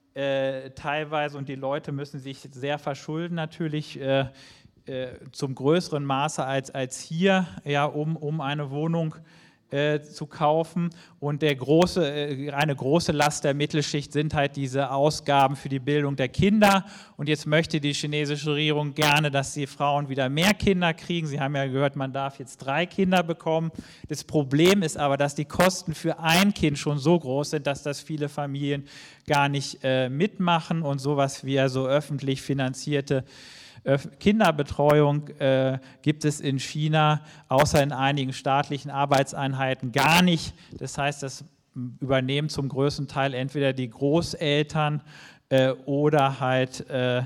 äh, teilweise und die Leute müssen sich sehr verschulden natürlich äh, äh, zum größeren Maße als, als hier, ja, um, um eine Wohnung äh, zu kaufen und der große, äh, eine große Last der Mittelschicht sind halt diese Ausgaben für die Bildung der Kinder und jetzt möchte die chinesische Regierung gerne, dass die Frauen wieder mehr Kinder kriegen. Sie haben ja gehört, man darf jetzt drei Kinder bekommen. Das Problem ist aber, dass die Kosten für ein Kind schon so groß sind, dass das viele Familien gar nicht äh, mitmachen und sowas wie also öffentlich finanzierte Kinderbetreuung äh, gibt es in China außer in einigen staatlichen Arbeitseinheiten gar nicht. Das heißt, das übernehmen zum größten Teil entweder die Großeltern äh, oder halt äh,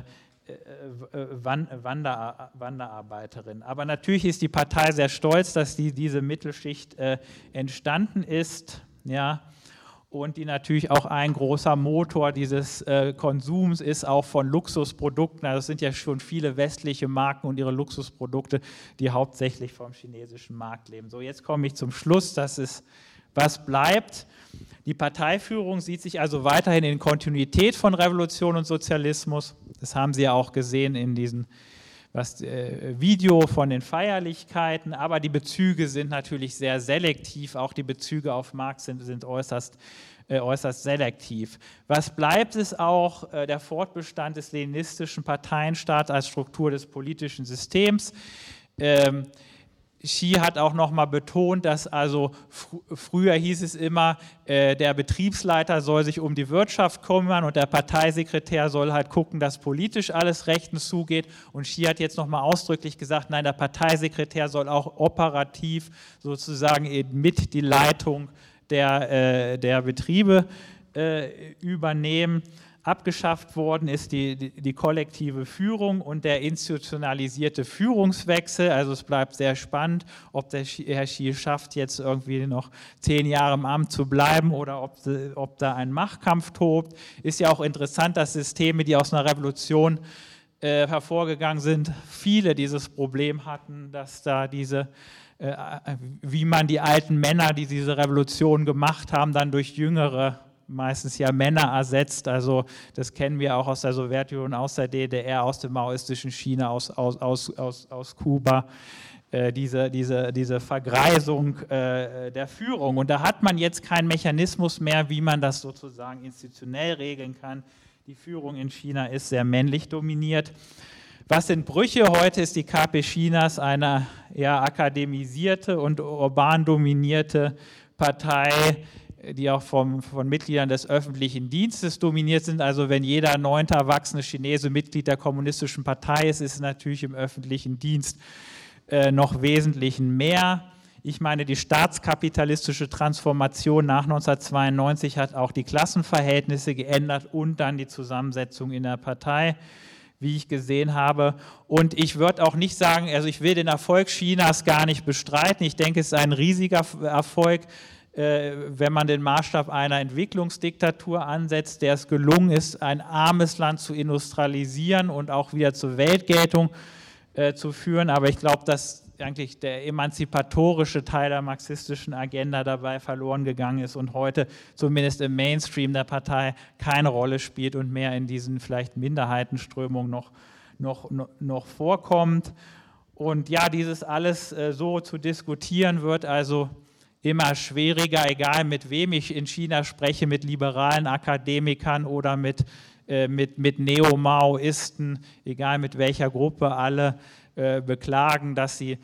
Wander, Wanderarbeiterinnen. Aber natürlich ist die Partei sehr stolz, dass die, diese Mittelschicht äh, entstanden ist, ja, und die natürlich auch ein großer Motor dieses äh, Konsums ist, auch von Luxusprodukten. Also es sind ja schon viele westliche Marken und ihre Luxusprodukte, die hauptsächlich vom chinesischen Markt leben. So, jetzt komme ich zum Schluss, das ist, was bleibt. Die Parteiführung sieht sich also weiterhin in Kontinuität von Revolution und Sozialismus. Das haben Sie ja auch gesehen in diesem was, äh, Video von den Feierlichkeiten, aber die Bezüge sind natürlich sehr selektiv, auch die Bezüge auf Marx sind, sind äußerst, äh, äußerst selektiv. Was bleibt, ist auch äh, der Fortbestand des leninistischen Parteienstaats als Struktur des politischen Systems. Ähm, Xi hat auch nochmal betont, dass also fr früher hieß es immer, äh, der Betriebsleiter soll sich um die Wirtschaft kümmern und der Parteisekretär soll halt gucken, dass politisch alles rechtens zugeht. Und Xi hat jetzt nochmal ausdrücklich gesagt, nein, der Parteisekretär soll auch operativ sozusagen eben mit die Leitung der, äh, der Betriebe äh, übernehmen. Abgeschafft worden ist die, die, die kollektive Führung und der institutionalisierte Führungswechsel. Also es bleibt sehr spannend, ob der Herr Xi schafft, jetzt irgendwie noch zehn Jahre im Amt zu bleiben oder ob, ob da ein Machtkampf tobt. Ist ja auch interessant, dass Systeme, die aus einer Revolution äh, hervorgegangen sind, viele dieses Problem hatten, dass da diese, äh, wie man die alten Männer, die diese Revolution gemacht haben, dann durch jüngere, meistens ja Männer ersetzt. Also das kennen wir auch aus der Sowjetunion, aus der D D R, aus dem maoistischen China, aus, aus, aus, aus, aus Kuba. Diese, diese, diese Vergreisung äh, der Führung. Und da hat man jetzt keinen Mechanismus mehr, wie man das sozusagen institutionell regeln kann. Die Führung in China ist sehr männlich dominiert. Was sind Brüche? Heute ist die K P Chinas eine eher akademisierte und urban dominierte Partei, die auch vom, von Mitgliedern des öffentlichen Dienstes dominiert sind. Also wenn jeder neunte erwachsene Chinese Mitglied der Kommunistischen Partei ist, ist es natürlich im öffentlichen Dienst noch wesentlich mehr. Ich meine, die staatskapitalistische Transformation nach neunzehnhundertzweiundneunzig hat auch die Klassenverhältnisse geändert und dann die Zusammensetzung in der Partei, wie ich gesehen habe. Und ich würde auch nicht sagen, also ich will den Erfolg Chinas gar nicht bestreiten. Ich denke, es ist ein riesiger Erfolg, wenn man den Maßstab einer Entwicklungsdiktatur ansetzt, der es gelungen ist, ein armes Land zu industrialisieren und auch wieder zur Weltgeltung Äh, zu führen, aber ich glaube, dass eigentlich der emanzipatorische Teil der marxistischen Agenda dabei verloren gegangen ist und heute zumindest im Mainstream der Partei keine Rolle spielt und mehr in diesen vielleicht Minderheitenströmungen noch, noch, noch vorkommt. Und ja, dieses alles äh, so zu diskutieren wird also immer schwieriger, egal mit wem ich in China spreche, mit liberalen Akademikern oder mit Mit, mit Neo-Maoisten, egal mit welcher Gruppe, alle äh, beklagen, dass sie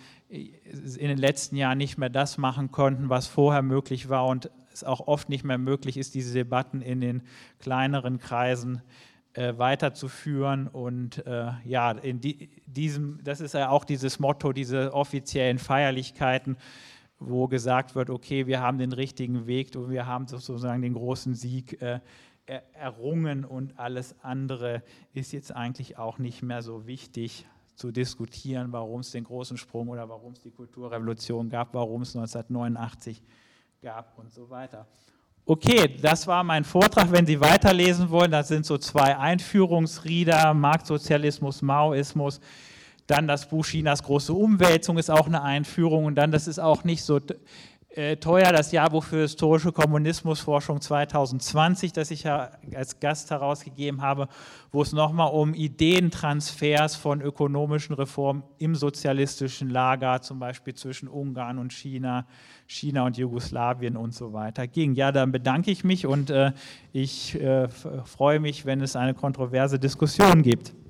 in den letzten Jahren nicht mehr das machen konnten, was vorher möglich war und es auch oft nicht mehr möglich ist, diese Debatten in den kleineren Kreisen äh, weiterzuführen. Und äh, ja, in die, diesem, das ist ja auch dieses Motto, diese offiziellen Feierlichkeiten, wo gesagt wird, okay, wir haben den richtigen Weg und wir haben sozusagen den großen Sieg äh, errungen und alles andere ist jetzt eigentlich auch nicht mehr so wichtig zu diskutieren, warum es den großen Sprung oder warum es die Kulturrevolution gab, warum es neunzehnhundertneunundachtzig gab und so weiter. Okay, das war mein Vortrag. Wenn Sie weiterlesen wollen, das sind so zwei Einführungsrieder, Marktsozialismus, Maoismus, dann das Buch Chinas große Umwälzung ist auch eine Einführung und dann, das ist auch nicht so teuer, das Jahrbuch für historische Kommunismusforschung zweitausendzwanzig, das ich ja als Gast herausgegeben habe, wo es nochmal um Ideentransfers von ökonomischen Reformen im sozialistischen Lager, zum Beispiel zwischen Ungarn und China, China und Jugoslawien und so weiter ging. Ja, dann bedanke ich mich und äh, ich äh, freue mich, wenn es eine kontroverse Diskussion gibt.